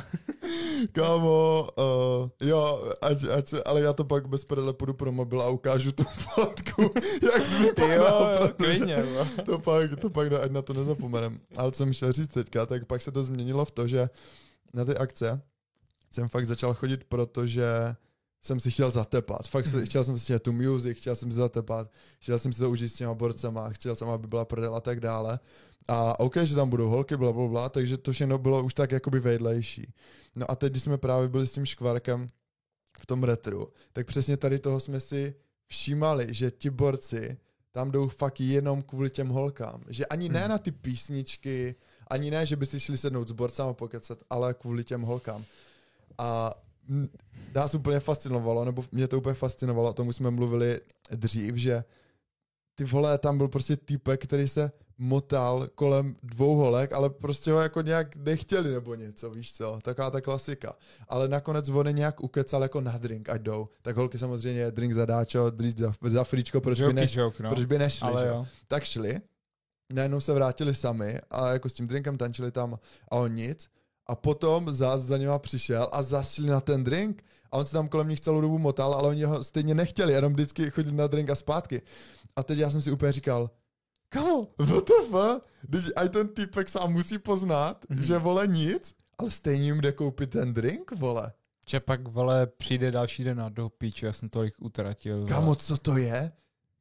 S2: Kámo, jo, ale já to pak bez prdele půjdu pro mobil a ukážu tu fotku, jak jsi vypadal,
S1: jo, klidně,
S2: to pak ať na to nezapomenem. Ale co jsem chtěl říct teďka, tak pak se to změnilo v to, že na ty akce jsem fakt začal chodit, protože jsem si chtěl zatepat. Fakt chtěl jsem si tu music, chtěl jsem si zatepat, chtěl jsem si to užít s těma borcema, chtěl jsem, aby byla prdel a tak dále. A OK, že tam budou holky, blablabla, takže to všechno bylo už tak jakoby vedlejší. No a teď, když jsme právě byli s tím škvarkem v tom retru, tak přesně tady toho jsme si všímali, že ti borci tam jdou fakt jenom kvůli těm holkám. Že ani ne na ty písničky, ani ne, že by si šli sednout s borcama pokecat, ale kvůli těm holkám. A nás úplně fascinovalo, nebo mě to úplně fascinovalo, o tom už jsme mluvili dřív, že ty vole, tam byl prostě týpek, který se motal kolem 2 holek, ale prostě ho jako nějak nechtěli nebo něco, víš co, taková ta klasika. Ale nakonec on nějak ukecal jako na drink, ať jdou. Tak holky samozřejmě drink za dáčo, drink za fričko, proč by nešli, ale jo. Tak šli, najednou se vrátili sami a jako s tím drinkem tančili tam a on nic. A potom zás za něma přišel a zašli na ten drink a on se tam kolem nich celou dobu motal, ale oni ho stejně nechtěli, jenom vždycky chodili na drink a zpátky. A teď já jsem si úplně říkal, kamo, WTF? Ať ten týpek sám musí poznat, že vole nic, ale stejně jim jde koupit ten drink, vole.
S1: Že pak, vole, přijde další den a do píče, já jsem tolik utratil.
S2: Kamo, co to je?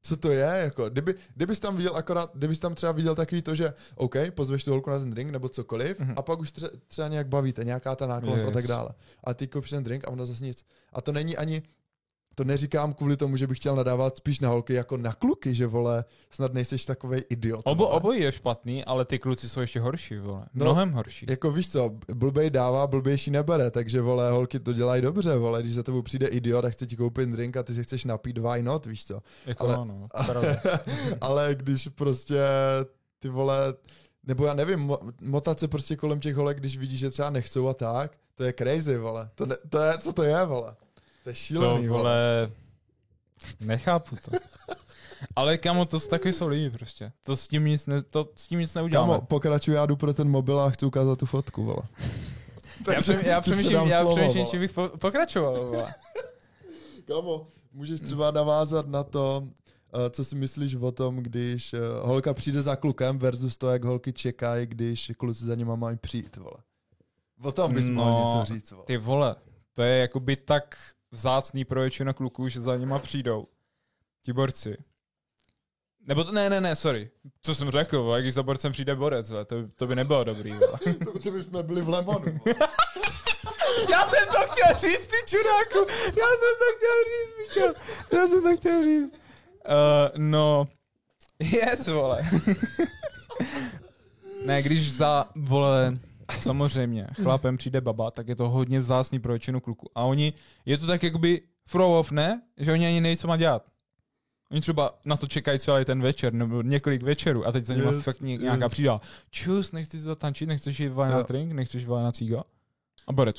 S2: Co to je, jako, kdybys tam viděl kdybys tam třeba viděl takový to, že OK, pozveš tu holku na ten drink nebo cokoliv a pak už třeba nějak bavíte, nějaká ta náklonost a tak dále. A ty koupíš ten drink a ona zase nic. A to není ani, to neříkám kvůli tomu, že bych chtěl nadávat spíš na holky jako na kluky, že vole, snad nejseš takovej idiot.
S1: Obojí je špatný, ale ty kluci jsou ještě horší, vole. Mnohem horší.
S2: Jako víš co, blbej dává, blbější nebere, takže vole, holky to dělají dobře, vole, když za tebou přijde idiot a chce ti koupit drink a ty si chceš napít, why not, víš co.
S1: Jako
S2: ale když prostě ty vole, nebo já nevím, motat se prostě kolem těch holek, když vidíš, že třeba nechcou a tak, to je crazy, vole. To je, co to je, vole. To je šílený,
S1: to, vole. Nechápu to. Ale kamo, to takový jsou lidi prostě. To s tím nic neuděláme.
S2: Kamo, pokračuji, já jdu pro ten mobil a chci ukázat tu fotku, vole.
S1: Já přemýšlím, že bych pokračoval, vole.
S2: Kamo, můžeš třeba navázat na to, co si myslíš o tom, když holka přijde za klukem versus to, jak holky čekají, když kluci za nima mají přijít, vole. O tom bys mohl něco říct, vole.
S1: Ty vole, to je jakoby tak vzácný pro většinu kluků, že za nima přijdou ti borci. Nebo ne, sorry. Co jsem řekl, vole, když za borcem přijde borec, vole, to by nebylo dobrý, vole.
S2: To bychom byli v Lemanu, vole.
S1: Já jsem to chtěl říct, ty čuráku! Já jsem to chtěl říct. No, yes, vole. Ne, když za, vole, samozřejmě, chlapem přijde baba, tak je to hodně vzácný pro většinu kluku. A je to tak jakoby throw off, ne? Že oni ani neví, co má dělat. Oni třeba na to čekají celý ten večer, nebo několik večerů a teď za nima fakt nějaká přijde. Čus, nechceš si zatančit, nechceš jít na drink, nechceš jít na cíga? A borec,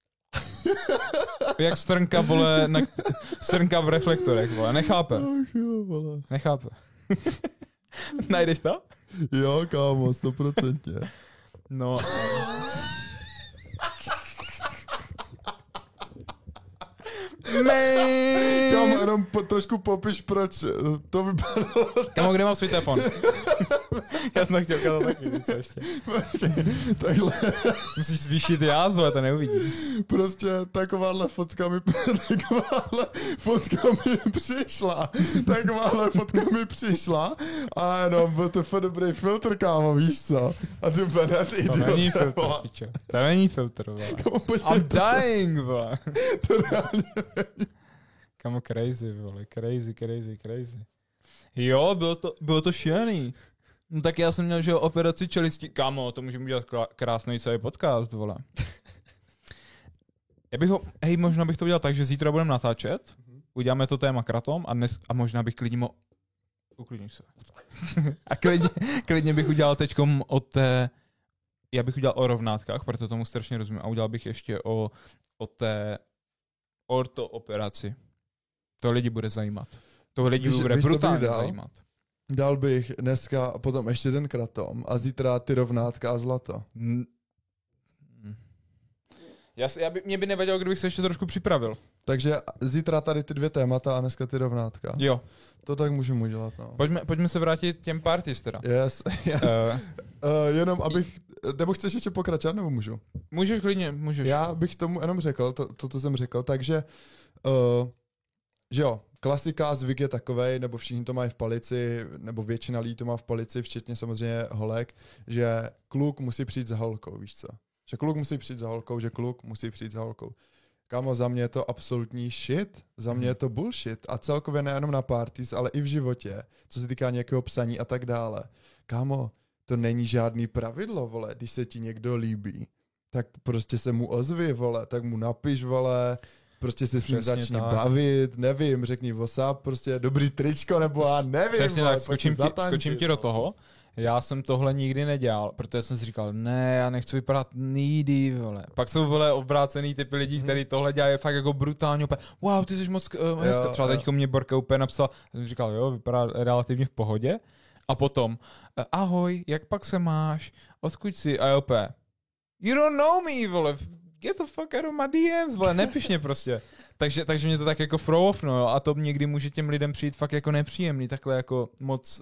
S1: jak strnka, vole, strnka v reflektorech, vole, nechápe. Nechápe. Najdeš to?
S2: Jo, kámo, 100%.
S1: No.
S2: Kámo, jenom trošku popiš, proč to vypadalo.
S1: Kámo, kde mám svůj telefon? Já jsem chtěl ukázat taky něco ještě.
S2: Takhle.
S1: Musíš zvýšit jázvu, a to neuvidí.
S2: Prostě takováhle fotka mi přišla. Takováhle fotka mi přišla a jenom byl to fakt dobrý filtr, kámo, víš co? A ty Benet idiot.
S1: To není filtr, pičo. To není filtr, vole. I'm dying, vole.
S2: To reálně není.
S1: Kámo, crazy, vole. Crazy. Jo, bylo to šílený. No tak já jsem měl, že operaci čelisti. Kámo, to můžeme udělat krásný celý podcast, vole. Možná bych to udělal tak, že zítra budeme natáčet, uděláme to téma kratom a možná bych uklidním se. A klidně bych udělal teďkom já bych udělal o rovnátkách, protože tomu strašně rozumím, a udělal bych ještě o té ortooperaci. To lidi bude zajímat. To lidi bude brutálně zajímat.
S2: Dal bych dneska a potom ještě ten kratom a zítra ty rovnátka a zlato.
S1: Mě by nevadilo, kdybych se ještě trošku připravil.
S2: Takže zítra tady ty 2 témata a dneska ty rovnátka.
S1: Jo.
S2: To tak můžeme udělat, no.
S1: Pojďme se vrátit těm parties teda.
S2: Yes. Jenom abych, nebo chceš ještě pokračovat, nebo můžu?
S1: Můžeš klidně, můžeš.
S2: Já bych tomu jenom řekl, to jsem řekl, takže, že jo, klasika, zvyk je takovej, nebo všichni to mají v palici, nebo většina lidí to má v palici, včetně samozřejmě holek, že kluk musí přijít za holkou, víš co? Že kluk musí přijít za holkou. Kámo, za mě je to absolutní shit, za mě je to bullshit a celkově nejenom na parties, ale i v životě, co se týká nějakého psaní a tak dále. Kámo, to není žádný pravidlo, vole, když se ti někdo líbí, tak prostě se mu ozvi, vole, tak mu napiš, vole, prostě se s ním začni bavit, nevím, řekni WhatsApp, prostě dobrý tričko, nebo já nevím.
S1: Přesně
S2: vole,
S1: tak, skočím ti do toho. Já jsem tohle nikdy nedělal, protože jsem si říkal, ne, já nechci vypadat needy, vole. Pak jsou, vole, obrácený typy lidí, kteří tohle dělají fakt jako brutálně, úplně, wow, ty jsi moc hezká. Třeba teďko mě Borka úplně napsal, jsem říkal, jo, vypadá relativně v pohodě. A potom, ahoj, jak pak se máš, odkud jsi? A opět, you don't know me, vole, get the fuck out of my DMs, vole, nepiš mě prostě. Takže mě to tak jako throw off, no, a to někdy může těm lidem přijít fakt jako nepříjemný, takhle jako moc...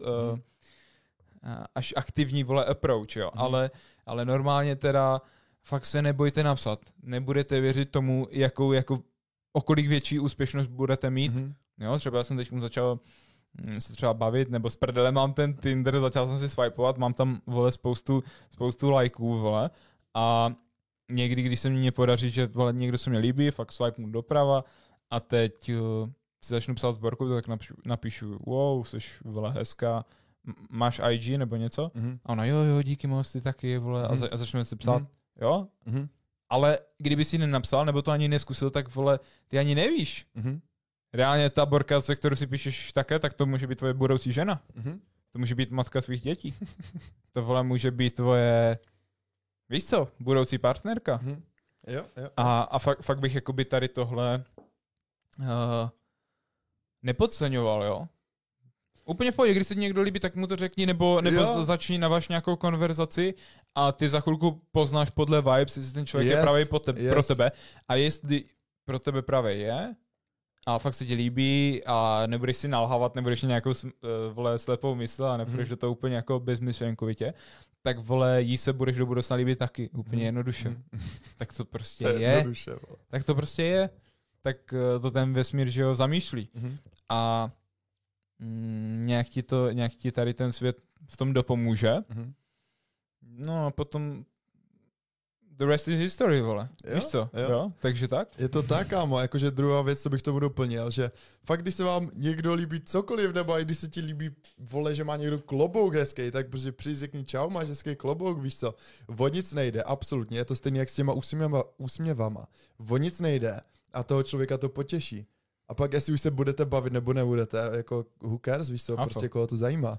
S1: až aktivní, vole, approach, jo. Ale normálně teda fakt se nebojte napsat. Nebudete věřit tomu, o kolik větší úspěšnost budete mít. Jo, třeba já jsem teď začal se třeba bavit, nebo s prdelem mám ten Tinder, začal jsem si swipeovat, mám tam, vole, spoustu lajků, vole, a někdy, když se mně podaří, že, vole, někdo se mě líbí, fakt swipenu doprava a teď si začnu psát sborku, tak napíšu, wow, jsi, vole, hezká, máš IG nebo něco? A ona, jo, díky moc, ty taky, vole, a začneme si psát, jo? Ale kdyby si nenapsal, nebo to ani neskusil, tak, vole, ty ani nevíš. Reálně ta borka, se kterou si píšeš také, tak to může být tvoje budoucí žena. To může být matka tvých dětí. To, vole, může být tvoje, víš co, budoucí partnerka.
S2: Jo.
S1: A fakt bych jakoby tady tohle nepodceňoval, jo. Úplně v pohodě, když se ti někdo líbí, tak mu to řekni, nebo začni navaš nějakou konverzaci a ty za chvilku poznáš podle vibes, jestli ten člověk je pravý pro tebe. A jestli pro tebe pravý je, a fakt se ti líbí a nebudeš si nalhávat, nebudeš nějakou, vole, slepou mysl a nepůjdeš do toho úplně jako bezmyšlenkovitě, tak, vole, jí se budeš do budoucna líbit taky, úplně jednoduše. Tak to prostě je. Tak to prostě je. Tak to ten vesmír, že ho zamýšlí. A nějak ti tady ten svět v tom dopomůže. No a potom the rest is history, vole. Víš co? Jo? Takže tak?
S2: Je to tak, kámo. Jakože druhá věc, co bych to budu doplnil, že fakt, když se vám někdo líbí cokoliv, nebo i když se ti líbí, vole, že má někdo klobouk hezký, tak prostě přijď, řekni čau, máš hezký klobouk, víš co? O nic nejde, absolutně. Je to stejně jak s těma úsměvama. O nic nejde a toho člověka to potěší. A pak, jestli už se budete bavit nebo nebudete, jako who cares, víš co, prostě koho to zajímá.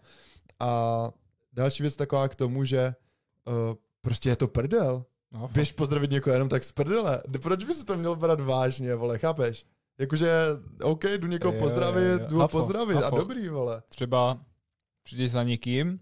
S2: A další věc taková k tomu, že prostě je to prdel. Běž pozdravit někoho jenom tak z prdele. Proč by si to měl brát vážně, vole, chápeš? Jakože, OK, jdu někoho pozdravit, jdu ho pozdravit a dobrý, vole.
S1: Třeba přijdeš za někým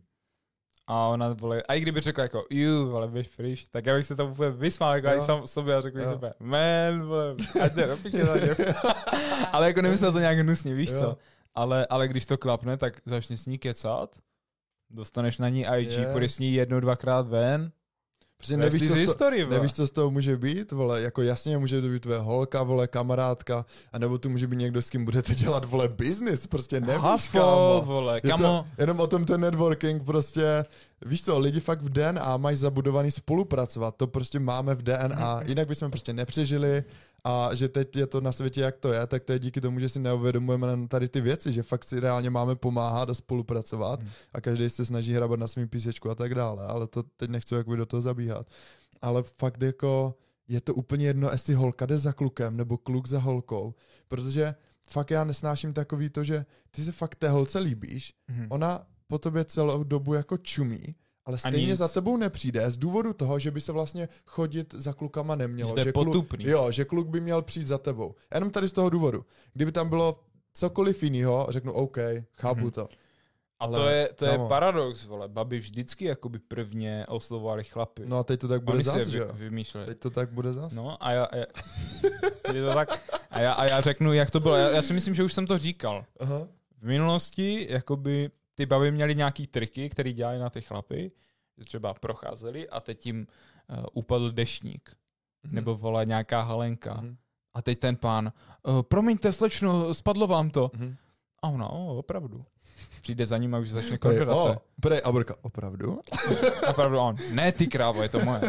S1: a ona, vole, a i kdyby řekla jako, vole, běž pryč, tak já bych se to úplně vysmál, jako i sám sobě a řekl bych sobě, man, vole, ať jde do piče za něm. Ale jako nemyslel to nějak hnusně, víš co? Ale když to klapne, tak začni s ní kecat, dostaneš na ní IG, půjdeš s ní 1-2krát ven.
S2: Prostě nevíš, co z toho může být, vole, jako jasně může to být tvoje holka, vole, kamarádka, anebo to může být někdo, s kým budete dělat, vole, business, prostě nevíš, kámo.
S1: Vole,
S2: kamo. Jenom o tom ten networking, prostě, víš co, lidi fakt v DNA mají zabudovaný spolupracovat, to prostě máme v DNA, jinak bychom prostě nepřežili a že teď je to na světě, jak to je, tak to je díky tomu, že si neuvědomujeme tady ty věci, že fakt si reálně máme pomáhat a spolupracovat a každý se snaží hrabat na svým písečku a tak dále, ale to teď nechci jakoby do toho zabíhat. Ale fakt jako je to úplně jedno, jestli holka jde za klukem nebo kluk za holkou, protože fakt já nesnáším takový to, že ty se fakt té holce líbíš, ona po tobě celou dobu jako čumí, ale stejně za tebou nepřijde z důvodu toho, že by se vlastně chodit za klukama nemělo. Že kluk by měl přijít za tebou. Jenom tady z toho důvodu. Kdyby tam bylo cokoliv jinýho, řeknu OK, chápu to.
S1: A ale, to je paradox, vole. Babi vždycky jakoby prvně oslovovali chlapy.
S2: No a teď to tak bude zas, že?
S1: Vymýšleli.
S2: Teď to tak bude zas.
S1: No a já řeknu, jak to bylo. Já si myslím, že už jsem to říkal.
S2: Aha.
S1: V minulosti jakoby ty babi měli nějaký triky, který dělali na ty chlapy, že třeba procházeli a teď jim upadl deštník. Nebo, vole, nějaká halenka. A teď ten pán, promiňte, slečno, spadlo vám to. A ona, opravdu. Přijde za ním a už začne konverzace.
S2: Prej, Abrka, opravdu?
S1: Opravdu on. Ne, ty krávo, je to moje.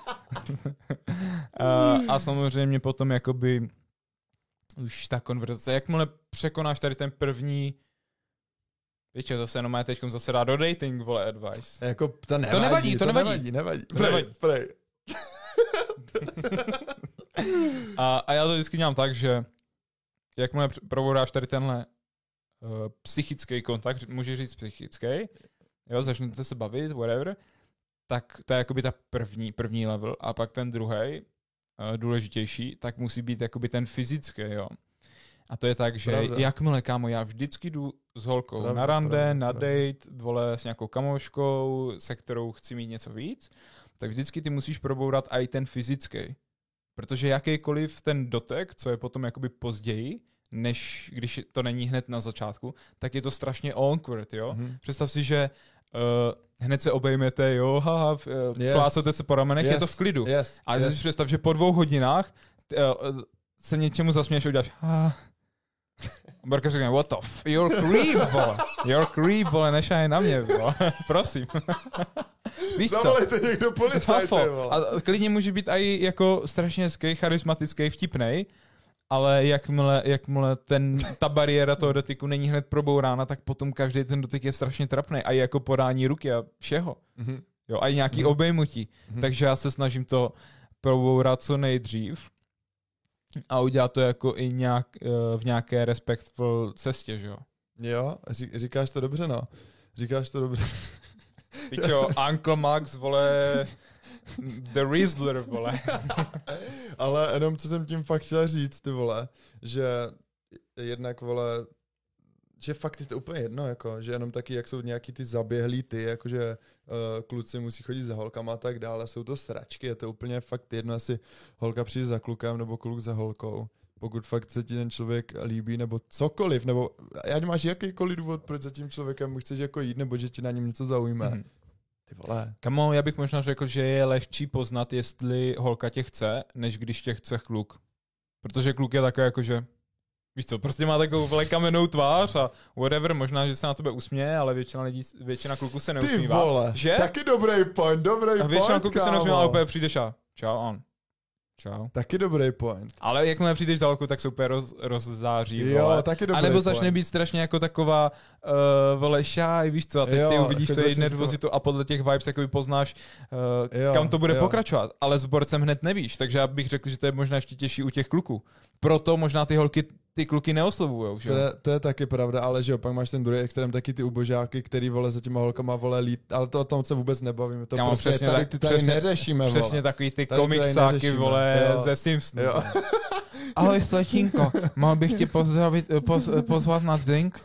S1: A samozřejmě potom jakoby už ta konverzace, jakmile překonáš tady ten první, víš, to se jenom má teďkom zase dá do dating, vole, advice.
S2: Jako, to nevadí. Prej.
S1: A já to vždycky dělám tak, že jakmile proboudáš tady tenhle psychický kontakt, můžeš říct psychický, jo, začnete se bavit, whatever, tak to je jakoby ta první level a pak ten druhý, důležitější, tak musí být jakoby ten fyzický, jo. A to je tak, že jakmile, kámo, já vždycky jdu s holkou na rande, na date, vole, s nějakou kamoškou, se kterou chci mít něco víc, tak vždycky ty musíš probourat i ten fyzický. Protože jakýkoliv ten dotek, co je potom jakoby později, než když to není hned na začátku, tak je to strašně awkward, jo. Představ si, že hned se obejmete, jo, plácete se po ramenech, je to v klidu. A si představ, že po 2 hodinách se něčemu zasměješ a uděláš, Borka řekne, what the you're creep, vole. You're creep, vole, nešaj na mě, vole. Prosím. Víš co?
S2: Zavolejte někdo policajty, vole.
S1: A klidně může být i jako strašně hezký, charismatický, vtipnej, ale jakmile ta bariéra toho dotyku není hned probourána, tak potom každý ten dotyk je strašně trapný. A jako podání ruky a všeho.
S2: Mm-hmm.
S1: Jo, a i nějaký obejmutí. Takže já se snažím to probourat co nejdřív a udělat to jako i v nějaké respectful cestě, že jo.
S2: Jo, říkáš to dobře, no. Říkáš to dobře.
S1: Pičo, Uncle Max, vole, The Rizzler, vole.
S2: Ale jenom co jsem tím fakt chtěl říct, ty vole, že jednak, vole, že fakt je to úplně jedno, jako, že jenom taky, jak jsou nějaký ty zaběhlý ty, jakože kluci musí chodit za holkama a tak dále, jsou to sračky, je to úplně fakt jedno, jestli holka přijde za klukem nebo kluk za holkou. Pokud fakt se ti ten člověk líbí, nebo cokoliv, nebo ať máš jakýkoliv důvod, proč za tím člověkem chceš jako jít, nebo že ti na něm něco zaujme. Mm-hmm. Ty vole.
S1: Kamo, já bych možná řekl, že je lehčí poznat, jestli holka tě chce, než když tě chce kluk. Protože kluk je takový jako, že víš co, prostě má takovou vole kamennou tvář a whatever, možná, že se na tebe usměje, ale většina kluků se neusmívá.
S2: Ty vole,
S1: že?
S2: Taky dobrý point,
S1: a většina kluků se neusmívá, ale úplně přijdeš a čau, on. Čau.
S2: Taky dobrý point.
S1: Ale jakmile přijdeš za holku, tak se úplně rozzáří.
S2: Jo,
S1: vole.
S2: taky dobrý
S1: a nebo
S2: point.
S1: začne být strašně jako taková vole shy, víš co, a teď ty uvidíš to její nervozitu a podle těch vibes jakoby poznáš, kam to bude pokračovat. Ale s borcem hned nevíš, takže já bych řekl, že to je možná ještě těžší u těch kluků. Proto možná ty holky ty kluky neoslovujou, že?
S2: To je taky pravda, ale že jo, pak máš ten druhý extrém, taky ty ubožáky, který vole za těma holkama vole lít, ale to o tom se vůbec nebavíme, to
S1: Kámo,
S2: prostě tady neřešíme, vole.
S1: Přesně takový ty komiksáky, vole, ze Simpsonů. Ahoj, slečínko, mohl bych tě pozvat na drink?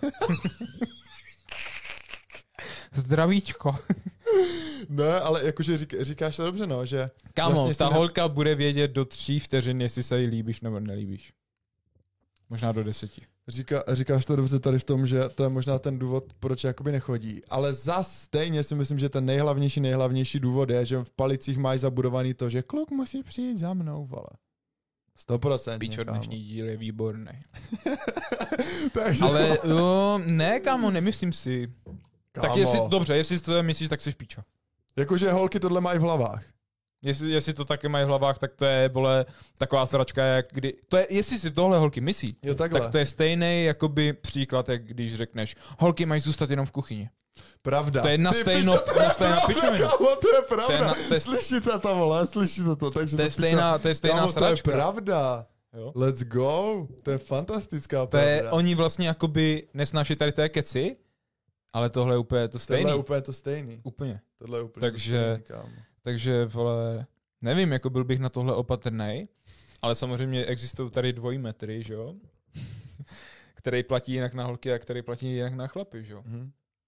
S1: Zdravíčko.
S2: Ne, ale jakože říkáš to dobře, no, že...
S1: Kámo,
S2: vlastně
S1: ta holka bude vědět do 3 vteřin, jestli se jí líbíš nebo nelíbíš. Možná do 10.
S2: Říkáš to dobře tady v tom, že to je možná ten důvod, proč jakoby nechodí. Ale zas stejně si myslím, že ten nejhlavnější důvod je, že v palicích máš zabudovaný to, že kluk musí přijít za mnou, vole. 100%.
S1: Píčo, dnešní díl je výborný.
S2: Takže
S1: ale ne, kámo, nemyslím si.
S2: Kámo.
S1: Tak jestli to myslíš, tak jsi píčo.
S2: Jakože holky tohle mají v hlavách.
S1: Jestli to taky mají v hlavách, tak to je, vole, taková sračka, jak kdy... To je, jestli si tohle holky myslí,
S2: jo, tak
S1: to je stejný jakoby příklad, jak když řekneš, holky mají zůstat jenom v kuchyni.
S2: Pravda.
S1: To je na stejnou pičovinu.
S2: To je pravda. Slyšíte to, vole, slyšíte to. Takže
S1: to je stejná sračka.
S2: To je pravda.
S1: Jo?
S2: Let's go. To je fantastická pravda.
S1: Oni vlastně jakoby nesnáší tady té keci, ale tohle je úplně to stejný.
S2: Tohle je úplně to stejný.
S1: Úplně.
S2: Tohle je úplně
S1: takže,
S2: to stejný, kámo.
S1: Takže, vole, nevím, jako byl bych na tohle opatrnej, ale samozřejmě existují tady dvojí metry, že jo? Který platí jinak na holky a který platí jinak na chlapy, že jo?
S2: Mm-hmm.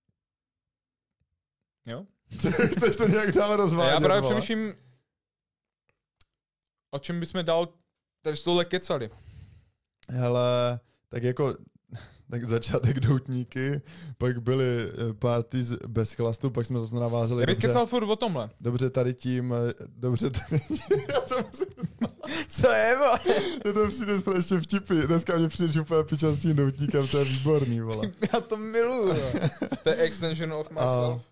S1: Jo?
S2: Chceš to nějak dál rozvádět?
S1: Já právě přemýšlím, o čem bychom dál tady s tohle kecali.
S2: Hele, tak jako... Tak začátek doutníky, pak byly party bez chlastu, pak jsme to navázali.
S1: Já bych kecal furt o tomhle.
S2: Dobře tady tím.
S1: Co je, vole?
S2: Je to přijde strašně vtipný. Dneska mě přijde úplně piča s tím doutníkem, to je výborný, vole.
S1: Já to miluju. To je extension of myself.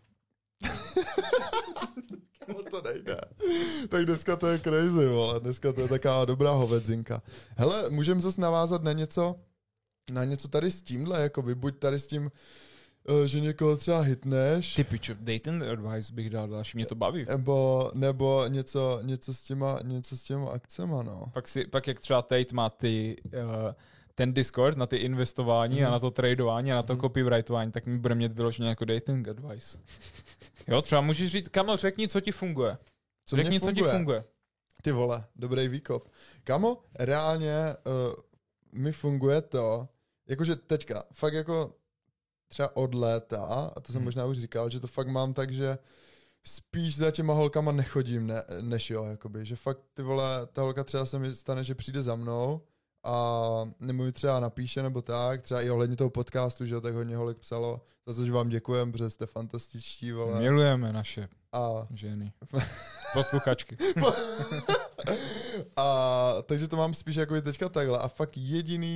S2: To nejde. Tak dneska to je crazy, vole. Dneska to je taková dobrá hovedzinka. Hele, můžeme zase navázat na něco tady s tímhle, jakoby, buď tady s tím, že někoho třeba hitneš.
S1: Ty pičo, dating advice bych dal další, mě to baví.
S2: Nebo něco s těma akcema, no.
S1: Pak jak třeba Tate má ten Discord na ty investování a na to tradování a na to copywritování, tak mi bude mít vyloženě jako dating advice. Jo, třeba můžeš říct, kamo, řekni, co ti funguje. Co ti funguje.
S2: Ty vole, dobrý výkop. Kamo, reálně mi funguje to, jakože teďka, fakt jako třeba od léta, a to jsem možná už říkal, že to fakt mám tak, že spíš za těma holkama nechodím, než jo, jakoby, že fakt ty vole, ta holka třeba se mi stane, že přijde za mnou a nebo mi třeba napíše nebo tak, třeba i ohledně toho podcastu, že jo, tak hodně holek psalo, za to, že vám děkujem, protože jste fantastičtí, vole.
S1: Milujeme naše ženy. Posluchačky.
S2: A takže to mám spíš jako teďka takhle a fakt jediný,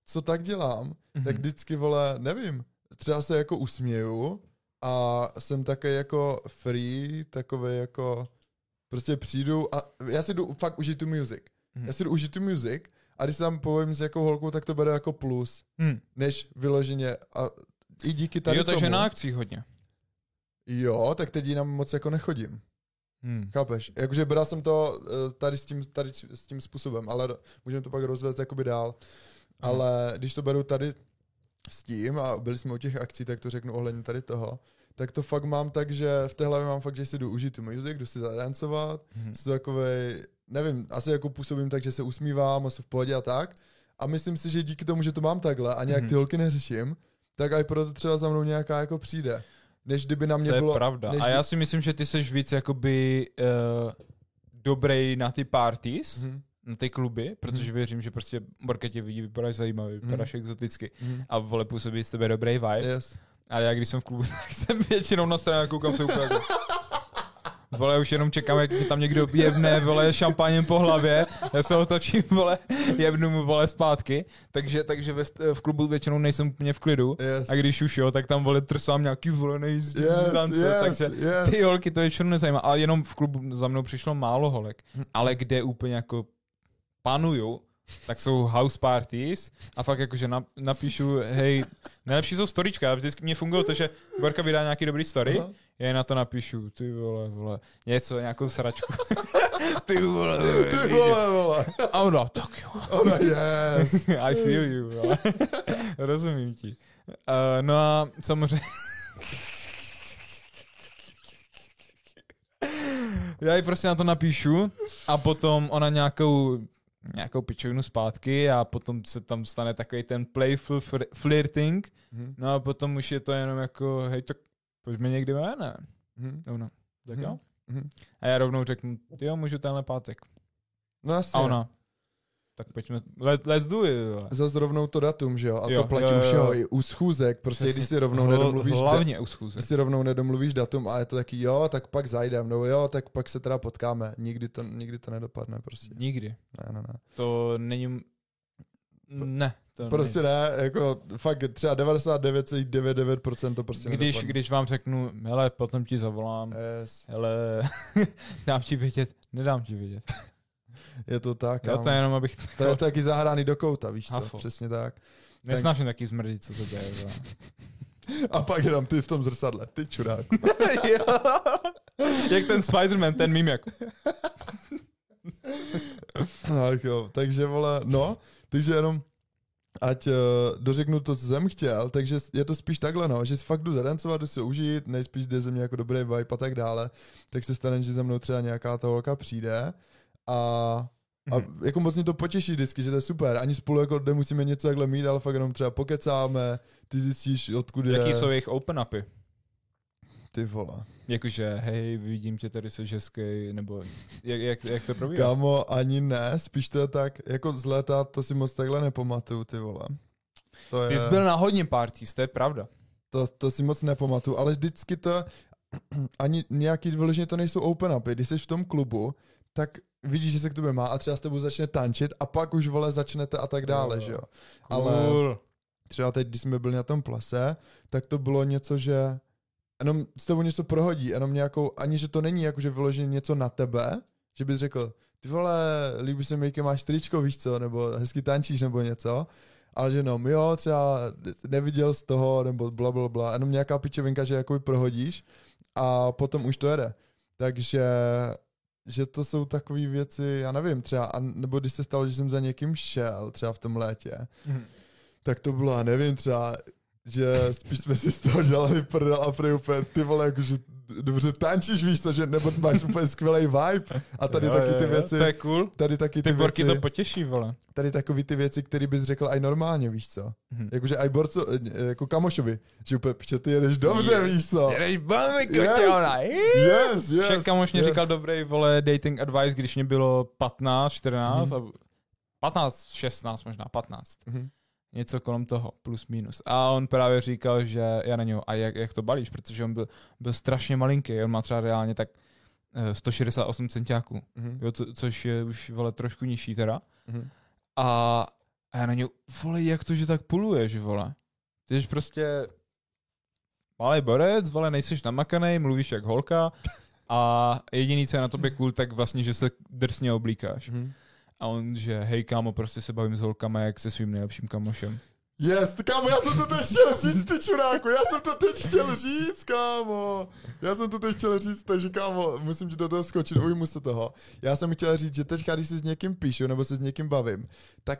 S2: co tak dělám, tak vždycky, vole, nevím, třeba se jako usměju a jsem také jako free, takovej jako, prostě přijdu a já si jdu fakt užít tu music. Já si jdu užít tu music a když se tam povím s jakou holkou, tak to bere jako plus, než vyloženě a i díky tady
S1: jo, takže
S2: tomu.
S1: na akcích hodně.
S2: Jo, tak teď jinam moc jako nechodím. Chápeš? Jakože bral jsem to tady s tím způsobem, ale můžeme to pak rozvést jakoby dál. Ale když to beru tady s tím a byli jsme u těch akcí, tak to řeknu ohledně tady toho, tak to fakt mám tak, že v té hlavě mám fakt, že si jdu užít tu music, jdu si zadancovat, jsem to takovej, nevím, asi jako působím tak, že se usmívám a jsem v pohodě a tak. A myslím si, že díky tomu, že to mám takhle a nějak ty holky neřeším, tak i proto třeba za mnou nějaká jako přijde. Než kdyby na mě
S1: to
S2: bylo...
S1: je pravda. A já si myslím, že ty seš víc jakoby dobrej na ty parties, na ty kluby, protože věřím, že prostě Borka tě vidí, vypadáš zajímavý, vypadáš exoticky a vole působí z tebe dobrý vibe.
S2: Yes.
S1: Ale já když jsem v klubu, tak jsem většinou na straně a koukám se úplně jako... Vole, už jenom čekám, jak tam někdo jebne, vole, šampáněm po hlavě, já se otočím, vole, jebnu mu, vole, zpátky, takže v klubu většinou nejsem úplně v klidu, a když už jo, tak tam, vole, trsám nějaký, vole, nejízdí tance, takže ty holky to většinou nezajímá, ale jenom v klubu za mnou přišlo málo holek, ale kde úplně jako panuju, tak jsou house parties a fakt jakože napíšu, hej, nejlepší jsou storyčka, vždycky mě funguje to, že Borka vydá nějaký dobrý story, já na to napíšu, ty vole, něco, nějakou sračku. Ty vole. A ona, tak jo.
S2: Ona, yes.
S1: I feel you, vole. Rozumím ti. No a samozřejmě... Já jí prostě na to napíšu a potom ona nějakou pičovinu zpátky a potom se tam stane takový ten playful flirting, no a potom už je to jenom jako, hej, tak pojďme někdy ven, ne? No, tak jo? A já rovnou řeknu, jo, můžu tenhle pátek.
S2: No jasně.
S1: A ona, tak pojďme, let's do it.
S2: Zase rovnou to datum, že jo? A to platí u všeho, i u schůzek, prostě když si rovnou nedomluvíš...
S1: Hlavně u schůzek.
S2: Když si rovnou nedomluvíš datum a je to taky, jo, tak pak zajdem, no jo, tak pak se teda potkáme. Nikdy to nedopadne prostě.
S1: Nikdy.
S2: Ne.
S1: To není... Ne. To
S2: prostě ne, jako fakt třeba 99,99% to prostě nedopadne.
S1: Když vám řeknu, hele, potom ti zavolám, hele, dám ti vědět, nedám ti vědět.
S2: Je to tak.
S1: Jo, to je jenom, abych...
S2: To je taky zahraný do kouta, víš co?
S1: Hafo.
S2: Přesně tak.
S1: Nesnáším taky zmrdit, co to je.
S2: A pak jenom ty v tom zrcadle, ty čuráku.
S1: Jak ten Spider-Man, ten mím jako.
S2: Ach jo, takže vole, no, takže jenom ať dořeknu to, co jsem chtěl, takže je to spíš takhle, no, že si fakt jdu zadancovat, jdu si užít, nejspíš jde ze mě jako dobrý vibe a tak dále, tak se stane, že za mnou třeba nějaká ta holka přijde a jako moc mě to potěší vždycky, že to je super, ani spolu jako nemusíme něco takhle mít, ale fakt jenom třeba pokecáme, ty zjistíš, odkud je.
S1: Jaký jsou jejich open upy?
S2: Ty vole.
S1: Jakože, hej, vidím tě tady, jsi hezký, nebo jak to probíhá?
S2: Kámo, ani ne, spíš to je tak, jako z léta to si moc takhle nepamatuju, ty vole.
S1: Ty jsi byl na hodně parties, to je pravda.
S2: To si moc nepamatuju, ale vždycky to, ani nějaký vyloženě to nejsou open upy, když jsi v tom klubu, tak vidíš, že se k tobě má a třeba s tebou začne tančit a pak už, vole, začnete a tak dále, že jo.
S1: Cool.
S2: Ale třeba teď, když jsme byli na tom plese, tak to bylo něco, že jenom s tebou něco prohodí, jenom nějakou, ani že to není jako, že vyloženě něco na tebe, že bys řekl, ty vole, líbí se mi, jaké máš tričko, víš co, nebo hezky tančíš, nebo něco, ale že no, jo, třeba neviděl z toho, nebo blablabla, jenom nějaká pičovinka, že jakoby prohodíš a potom už to jede. Takže že to jsou takové věci, já nevím, třeba, nebo když se stalo, že jsem za někým šel, třeba v tom létě, tak to bylo, já nevím, třeba, že spíš jsme si z toho dělali prdel a prej úplně, ty vole, jakože dobře tančíš, víš co, že nebo máš úplně skvělý vibe a tady taky ty věci.
S1: To je cool.
S2: Tady taky
S1: ty Borky
S2: věci,
S1: to potěší, vole.
S2: Tady takový ty věci, které bys řekl aj normálně, víš co. Jakože aj Borco, jako kamošovi, že úplně, piče, ty jedeš dobře, víš co.
S1: Jedeš velmi kotělna.
S2: Yes.
S1: Však kamoš mě říkal dobrý, vole, dating advice, když mě bylo 15, 14, 15, 16 možná, 15. Něco kolem toho, plus minus. A on právě říkal, že já na něho, a jak to balíš, protože on byl strašně malinký, on má třeba reálně tak 168 centiáků, jo, což je už, vole, trošku nižší teda. A A já na něj, vole, jak to, že tak puluješ, vole? Ty jsi prostě malý borec, vole, nejsiš namakanej, mluvíš jak holka a jediný, co je na tobě cool, tak vlastně, že se drsně oblíkáš. A on, že hej kámo, prostě se bavím s holkama jak se svým nejlepším kamošem.
S2: Yes, kámo, já jsem to teď chtěl říct, ty čuráku, já jsem to teď chtěl říct, kámo. Já jsem to teď chtěl říct, takže kámo, musím ti do toho skočit, ujmu se toho. Já jsem chtěl říct, že teďka, když si s někým píšu, nebo se s někým bavím, tak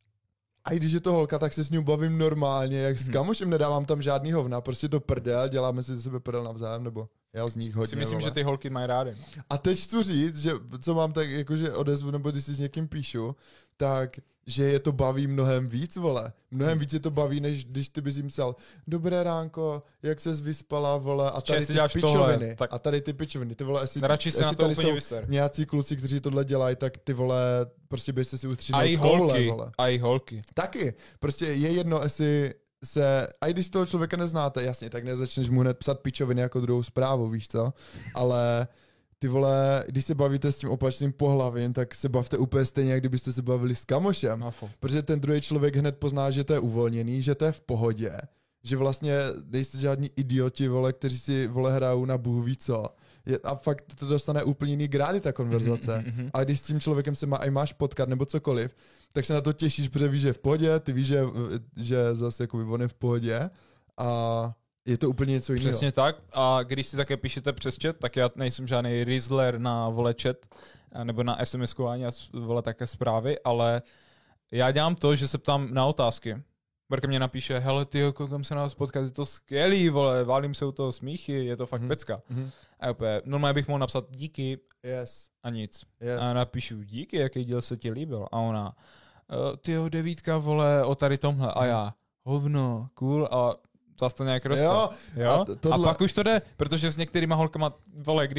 S2: a když je to holka, tak se s ní bavím normálně, jak s kamošem, nedávám tam žádný hovna, prostě to prdel, děláme si ze sebe prdel navzájem, nebo já z nich hodně.
S1: Si myslím,
S2: vole.
S1: že ty holky mají rády.
S2: A teď chci říct, že co mám tak jakože odezvu, nebo když si s někým píšu, tak že je to baví mnohem víc, vole. Mnohem víc je to baví, než když ty bys jim psal dobré ránko, jak ses vyspala, vole, a tady ty pičoviny.
S1: Tak...
S2: A tady ty pičoviny. Ty vole,
S1: radši se na to úplně vyser.
S2: Nějací kluci, kteří tohle dělají, tak ty vole, prostě byste si ustřídali koule, vole.
S1: A i holky.
S2: Taky. Prostě je jedno, jestli se, a když toho člověka neznáte, jasně, tak nezačneš mu hned psat pičoviny jako druhou zprávu, víš co? Ale ty vole, když se bavíte s tím opačným pohlavím, tak se bavte úplně stejně, jak kdybyste se bavili s kamošem. Protože ten druhý člověk hned pozná, že to je uvolněný, že to je v pohodě. Že vlastně nejste žádní idioti, vole, kteří si, vole, hrajou na bůh ví co. A fakt to dostane úplně jiný grády, ta konverzace. A když s tím člověkem se máš potkat nebo cokoliv, tak se na to těšíš, protože víš, že je v pohodě, ty víš, že zase jako on je v pohodě a je to úplně něco jiného.
S1: Přesně tak. A když si také píšete přes chat, tak já nejsem žádný Rizzler na vole chat, nebo na SMS-kování a vole také zprávy, ale já dělám to, že se ptám na otázky. Borka mě napíše, hele tyjo, koukám se na vás potkat, je to skvělý, vole, válím se u toho smíchy, je to fakt pecka. A opět, normálně bych mohl napsat díky a nic. A napíšu díky, jaký díl se ti líbil. A ona, tyjo, 9, vole, o tady tomhle. A já, hovno, cool, a zase to nějak roste. Jo? A pak už to jde, protože s některýma holkama, vole,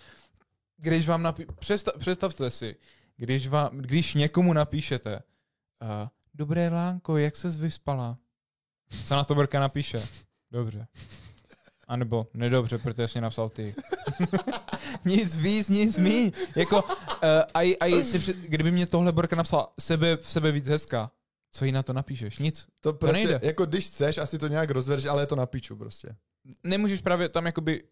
S1: když vám představte si, když někomu napíšete, dobré lánko, jak ses vyspala? Co na to Borka napíše? Dobře. A nebo nedobře, protože jsi napsal ty. Nic víc, nic míň. Jako, kdyby mě tohle Borka napsal sebe víc hezká, co jí na to napíšeš? Nic.
S2: To prostě, nejde. Jako když chceš, asi to nějak rozvedeš, ale je to na piču prostě.
S1: Nemůžeš právě tam jakoby...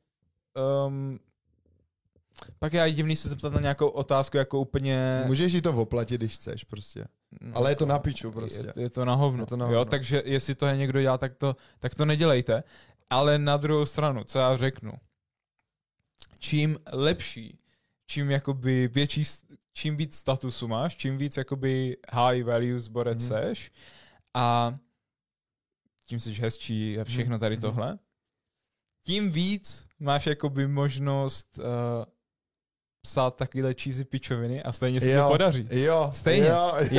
S1: pak je divný se zeptat na nějakou otázku jako úplně...
S2: Můžeš jí to oplatit, když chceš prostě. Ale je to na piču prostě.
S1: Je to na hovno. Jo, takže jestli to někdo dělá, tak to nedělejte. Ale na druhou stranu, co já řeknu, čím lepší, čím jakoby větší, čím víc statusu máš, čím víc jakoby high values borec seš a tím jsi hezčí a všechno tady tohle, tím víc máš jakoby možnost psát takovýhle cheesy pičoviny a stejně se to podaří.
S2: Jo.
S1: Stejně.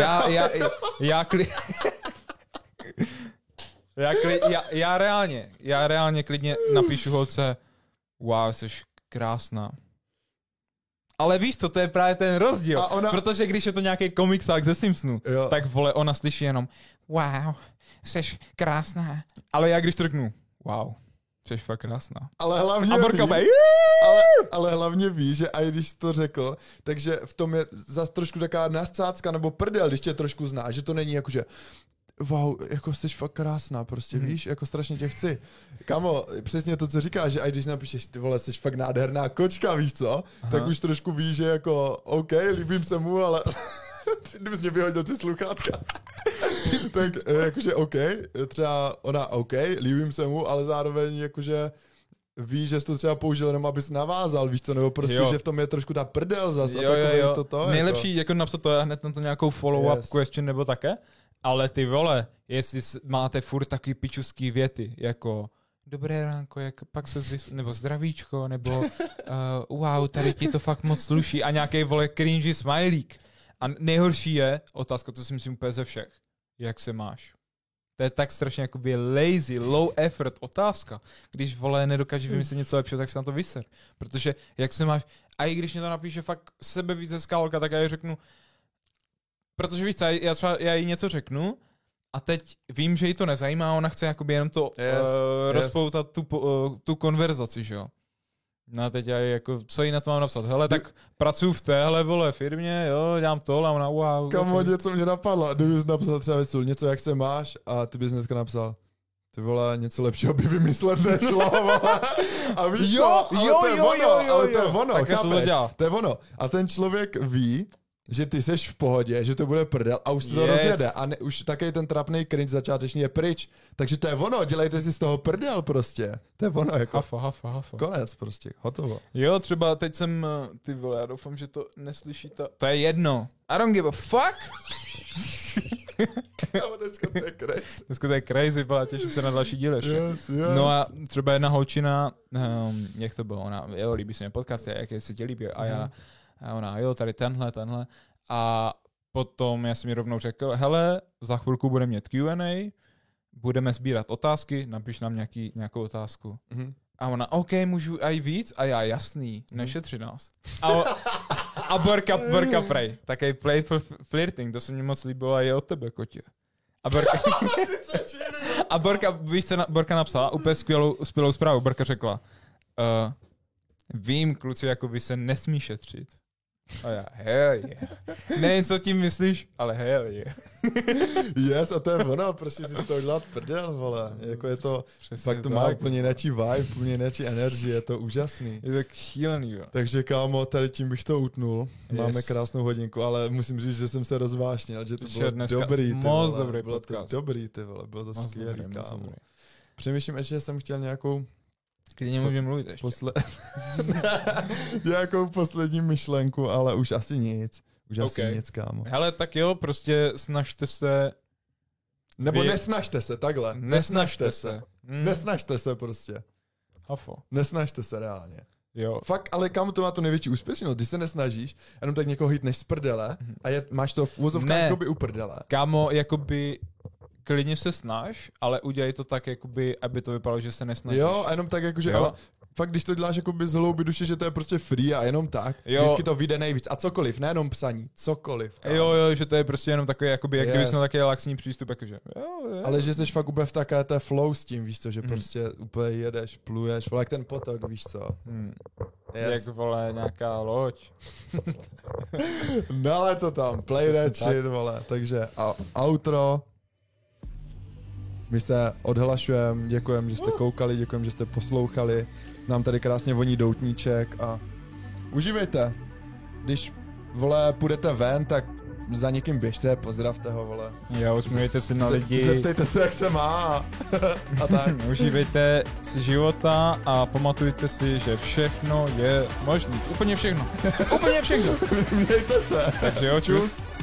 S1: Já reálně klidně napíšu holce, wow, jsi krásná. Ale víš co, to je právě ten rozdíl. Protože když je to nějaký komiksák ze Simpsonu, tak vole, ona slyší jenom wow, jsi krásná. Ale já když to řeknu, wow, jsi fakt krásná.
S2: Ale hlavně
S1: a Borka
S2: ale hlavně ví, že i když jsi to řekl, takže v tom je zase trošku taková nascácka nebo prdel, když tě trošku zná, že to není jako, že wow, jako jsi fakt krásná, prostě víš, jako strašně tě chci. Kámo, přesně to, co říkáš, že i když napíšeš, ty vole, jsi fakt nádherná kočka, víš co, tak už trošku víš, že jako, OK, líbím se mu, ale kdybys mě vyhodil ty sluchátka. Tak jakože OK, třeba ona OK, líbím se mu, ale zároveň jakože víš, že jsi to třeba použil jenom, abys navázal, víš co, nebo prostě, že v tom je trošku ta prdel zase.
S1: Jo. Nejlepší jako napsat to hned na to nějakou follow-up question nebo také, ale ty vole, jestli máte furt taky pičuský věty, jako dobré ránko, jak pak se nebo zdravíčko, nebo wow, tady ti to fakt moc sluší a nějaký vole cringy smajlík. A nejhorší je otázka, to si myslím úplně ze všech. Jak se máš? To je tak strašně jakoby lazy, low effort otázka. Když vole nedokážeš vymyslet něco lepšího, tak se na to vyser. Protože jak se máš, a i když mě to napíše fakt sebe víc hezká holka, tak já jí řeknu, protože víš co, já jí něco řeknu a teď vím, že jí to nezajímá, ona chce jakoby jenom to rozpoutat tu konverzaci, že jo. No a teď já jako, co jí na to mám napsat? Hele, tak pracuji v téhle, vole, firmě, jo, dělám to, a ona, wow.
S2: Kamo,
S1: okay.
S2: něco mě napadlo, kdybys napsal třeba věc, něco jak se máš a ty bys dneska napsal, ty vole, něco lepšího by vymyslet nešlo, vole. A víš
S1: Jo,
S2: co? Ale
S1: jo,
S2: to je
S1: jo,
S2: ono,
S1: jo,
S2: ale to je
S1: jo.
S2: ono,
S1: Tak já se to
S2: chápeš?
S1: dělá.
S2: To je ono. A ten člověk ví, že ty seš v pohodě, že to bude prdel a už se to
S1: Yes.
S2: rozjede. A ne, už taky ten trapnej cringe začáteční je pryč. Takže to je ono, dělejte si z toho prdel prostě. To je ono, jako
S1: Hafa.
S2: konec prostě, hotovo.
S1: Jo, třeba teď jsem, ty vole, já doufám, že to neslyší to. To je jedno. I don't give a fuck.
S2: Dneska to je crazy.
S1: Dneska to je crazy, vole, těším se na další díl ještě.
S2: Yes.
S1: No a třeba jedna holčina, jak to bylo, ona, jo, líbí se mi podcasty, jak se ti líbí, a ona, jo, tady tenhle. A potom já jsem mi rovnou řekl, hele, za chvilku budeme mít Q&A, budeme sbírat otázky, napiš nám nějakou otázku. A ona, OK, můžu aj víc? A já, jasný, nešetři nás. A Borka prej, takej playful flirting, to se mi moc líbilo a je od tebe, kotě. A Borka, víš, co Borka napsala? Úplně skvělou zprávu. Borka řekla, vím, kluci, jako vy se nesmí šetřit. A já, hell yeah. Nevím, co tím myslíš, ale hell yeah.
S2: Yes, a to je ono, prostě si z toho dělat prdel, vole. Jako je to,
S1: Přesně
S2: fakt to má úplně jináčí vibe, úplně jináčí energii, je to úžasný.
S1: Je tak šílený, jo.
S2: Takže kámo, tady tím bych to utnul. Máme
S1: Yes.
S2: krásnou hodinku, ale musím říct, že jsem se rozvášnil, že to bylo
S1: Dneska
S2: dobrý, ty
S1: moc
S2: vole.
S1: dobrý
S2: Bylo to
S1: podcast.
S2: dobrý, ty vole, bylo to
S1: Moc
S2: skvělý,
S1: dobrý, moc
S2: kámo.
S1: dobrý.
S2: Přemýšlím ještě, že jsem chtěl nějakou
S1: Klidně můžeme mluvit ještě.
S2: nějakou poslední myšlenku, ale už asi nic. Už asi
S1: Okay.
S2: nic, kámo.
S1: Hele, tak jo, prostě snažte se.
S2: Nebo
S1: Vy-
S2: nesnažte se, takhle.
S1: Nesnažte se.
S2: Nesnažte se prostě.
S1: Hafo.
S2: Nesnažte se reálně.
S1: Jo.
S2: Fakt, ale kam to má to největší úspěšnost? Když se nesnažíš, jenom tak někoho hitneš z prdele a máš to v úvozovkách
S1: Ne.
S2: jakoby u prdele.
S1: Kámo, jakoby klidně se snaž, ale udělej to tak, jakoby, aby to vypadalo, že se nesnažíš.
S2: Jo, a jenom tak jakože,
S1: Jo.
S2: ale fakt, když to děláš jakoby z hloubi duše, že to je prostě free a jenom tak,
S1: Jo.
S2: vždycky to vyjde nejvíc. A cokoliv, nejenom psaní, cokoliv. kámo.
S1: Jo, že to je prostě jenom takový, jakoby, jak kdyby
S2: Yes.
S1: jsi měl takový laxní přístup, jakože, jo.
S2: Ale že jsi fakt úplně v také té flow s tím, víš co, že
S1: Mhm.
S2: prostě úplně jedeš, pluješ, vole, jak ten potok, víš co.
S1: Jak, vole, nějaká loď.
S2: Nalej to tam, play that
S1: Přesně tak.
S2: shit, vole. Takže outro. My se odhlašujeme, děkujeme, že jste koukali, děkujeme, že jste poslouchali. Nám tady krásně voní doutníček a užívejte. Když, vole, půjdete ven, tak za někým běžte, pozdravte ho, vole.
S1: Jo, usmějte se na lidi.
S2: Zeptejte se, jak se má. A tak.
S1: Užívejte si života a pamatujte si, že všechno je možné. Úplně všechno. Úplně všechno.
S2: Mějte se.
S1: Takže jo, čus.
S2: Čus.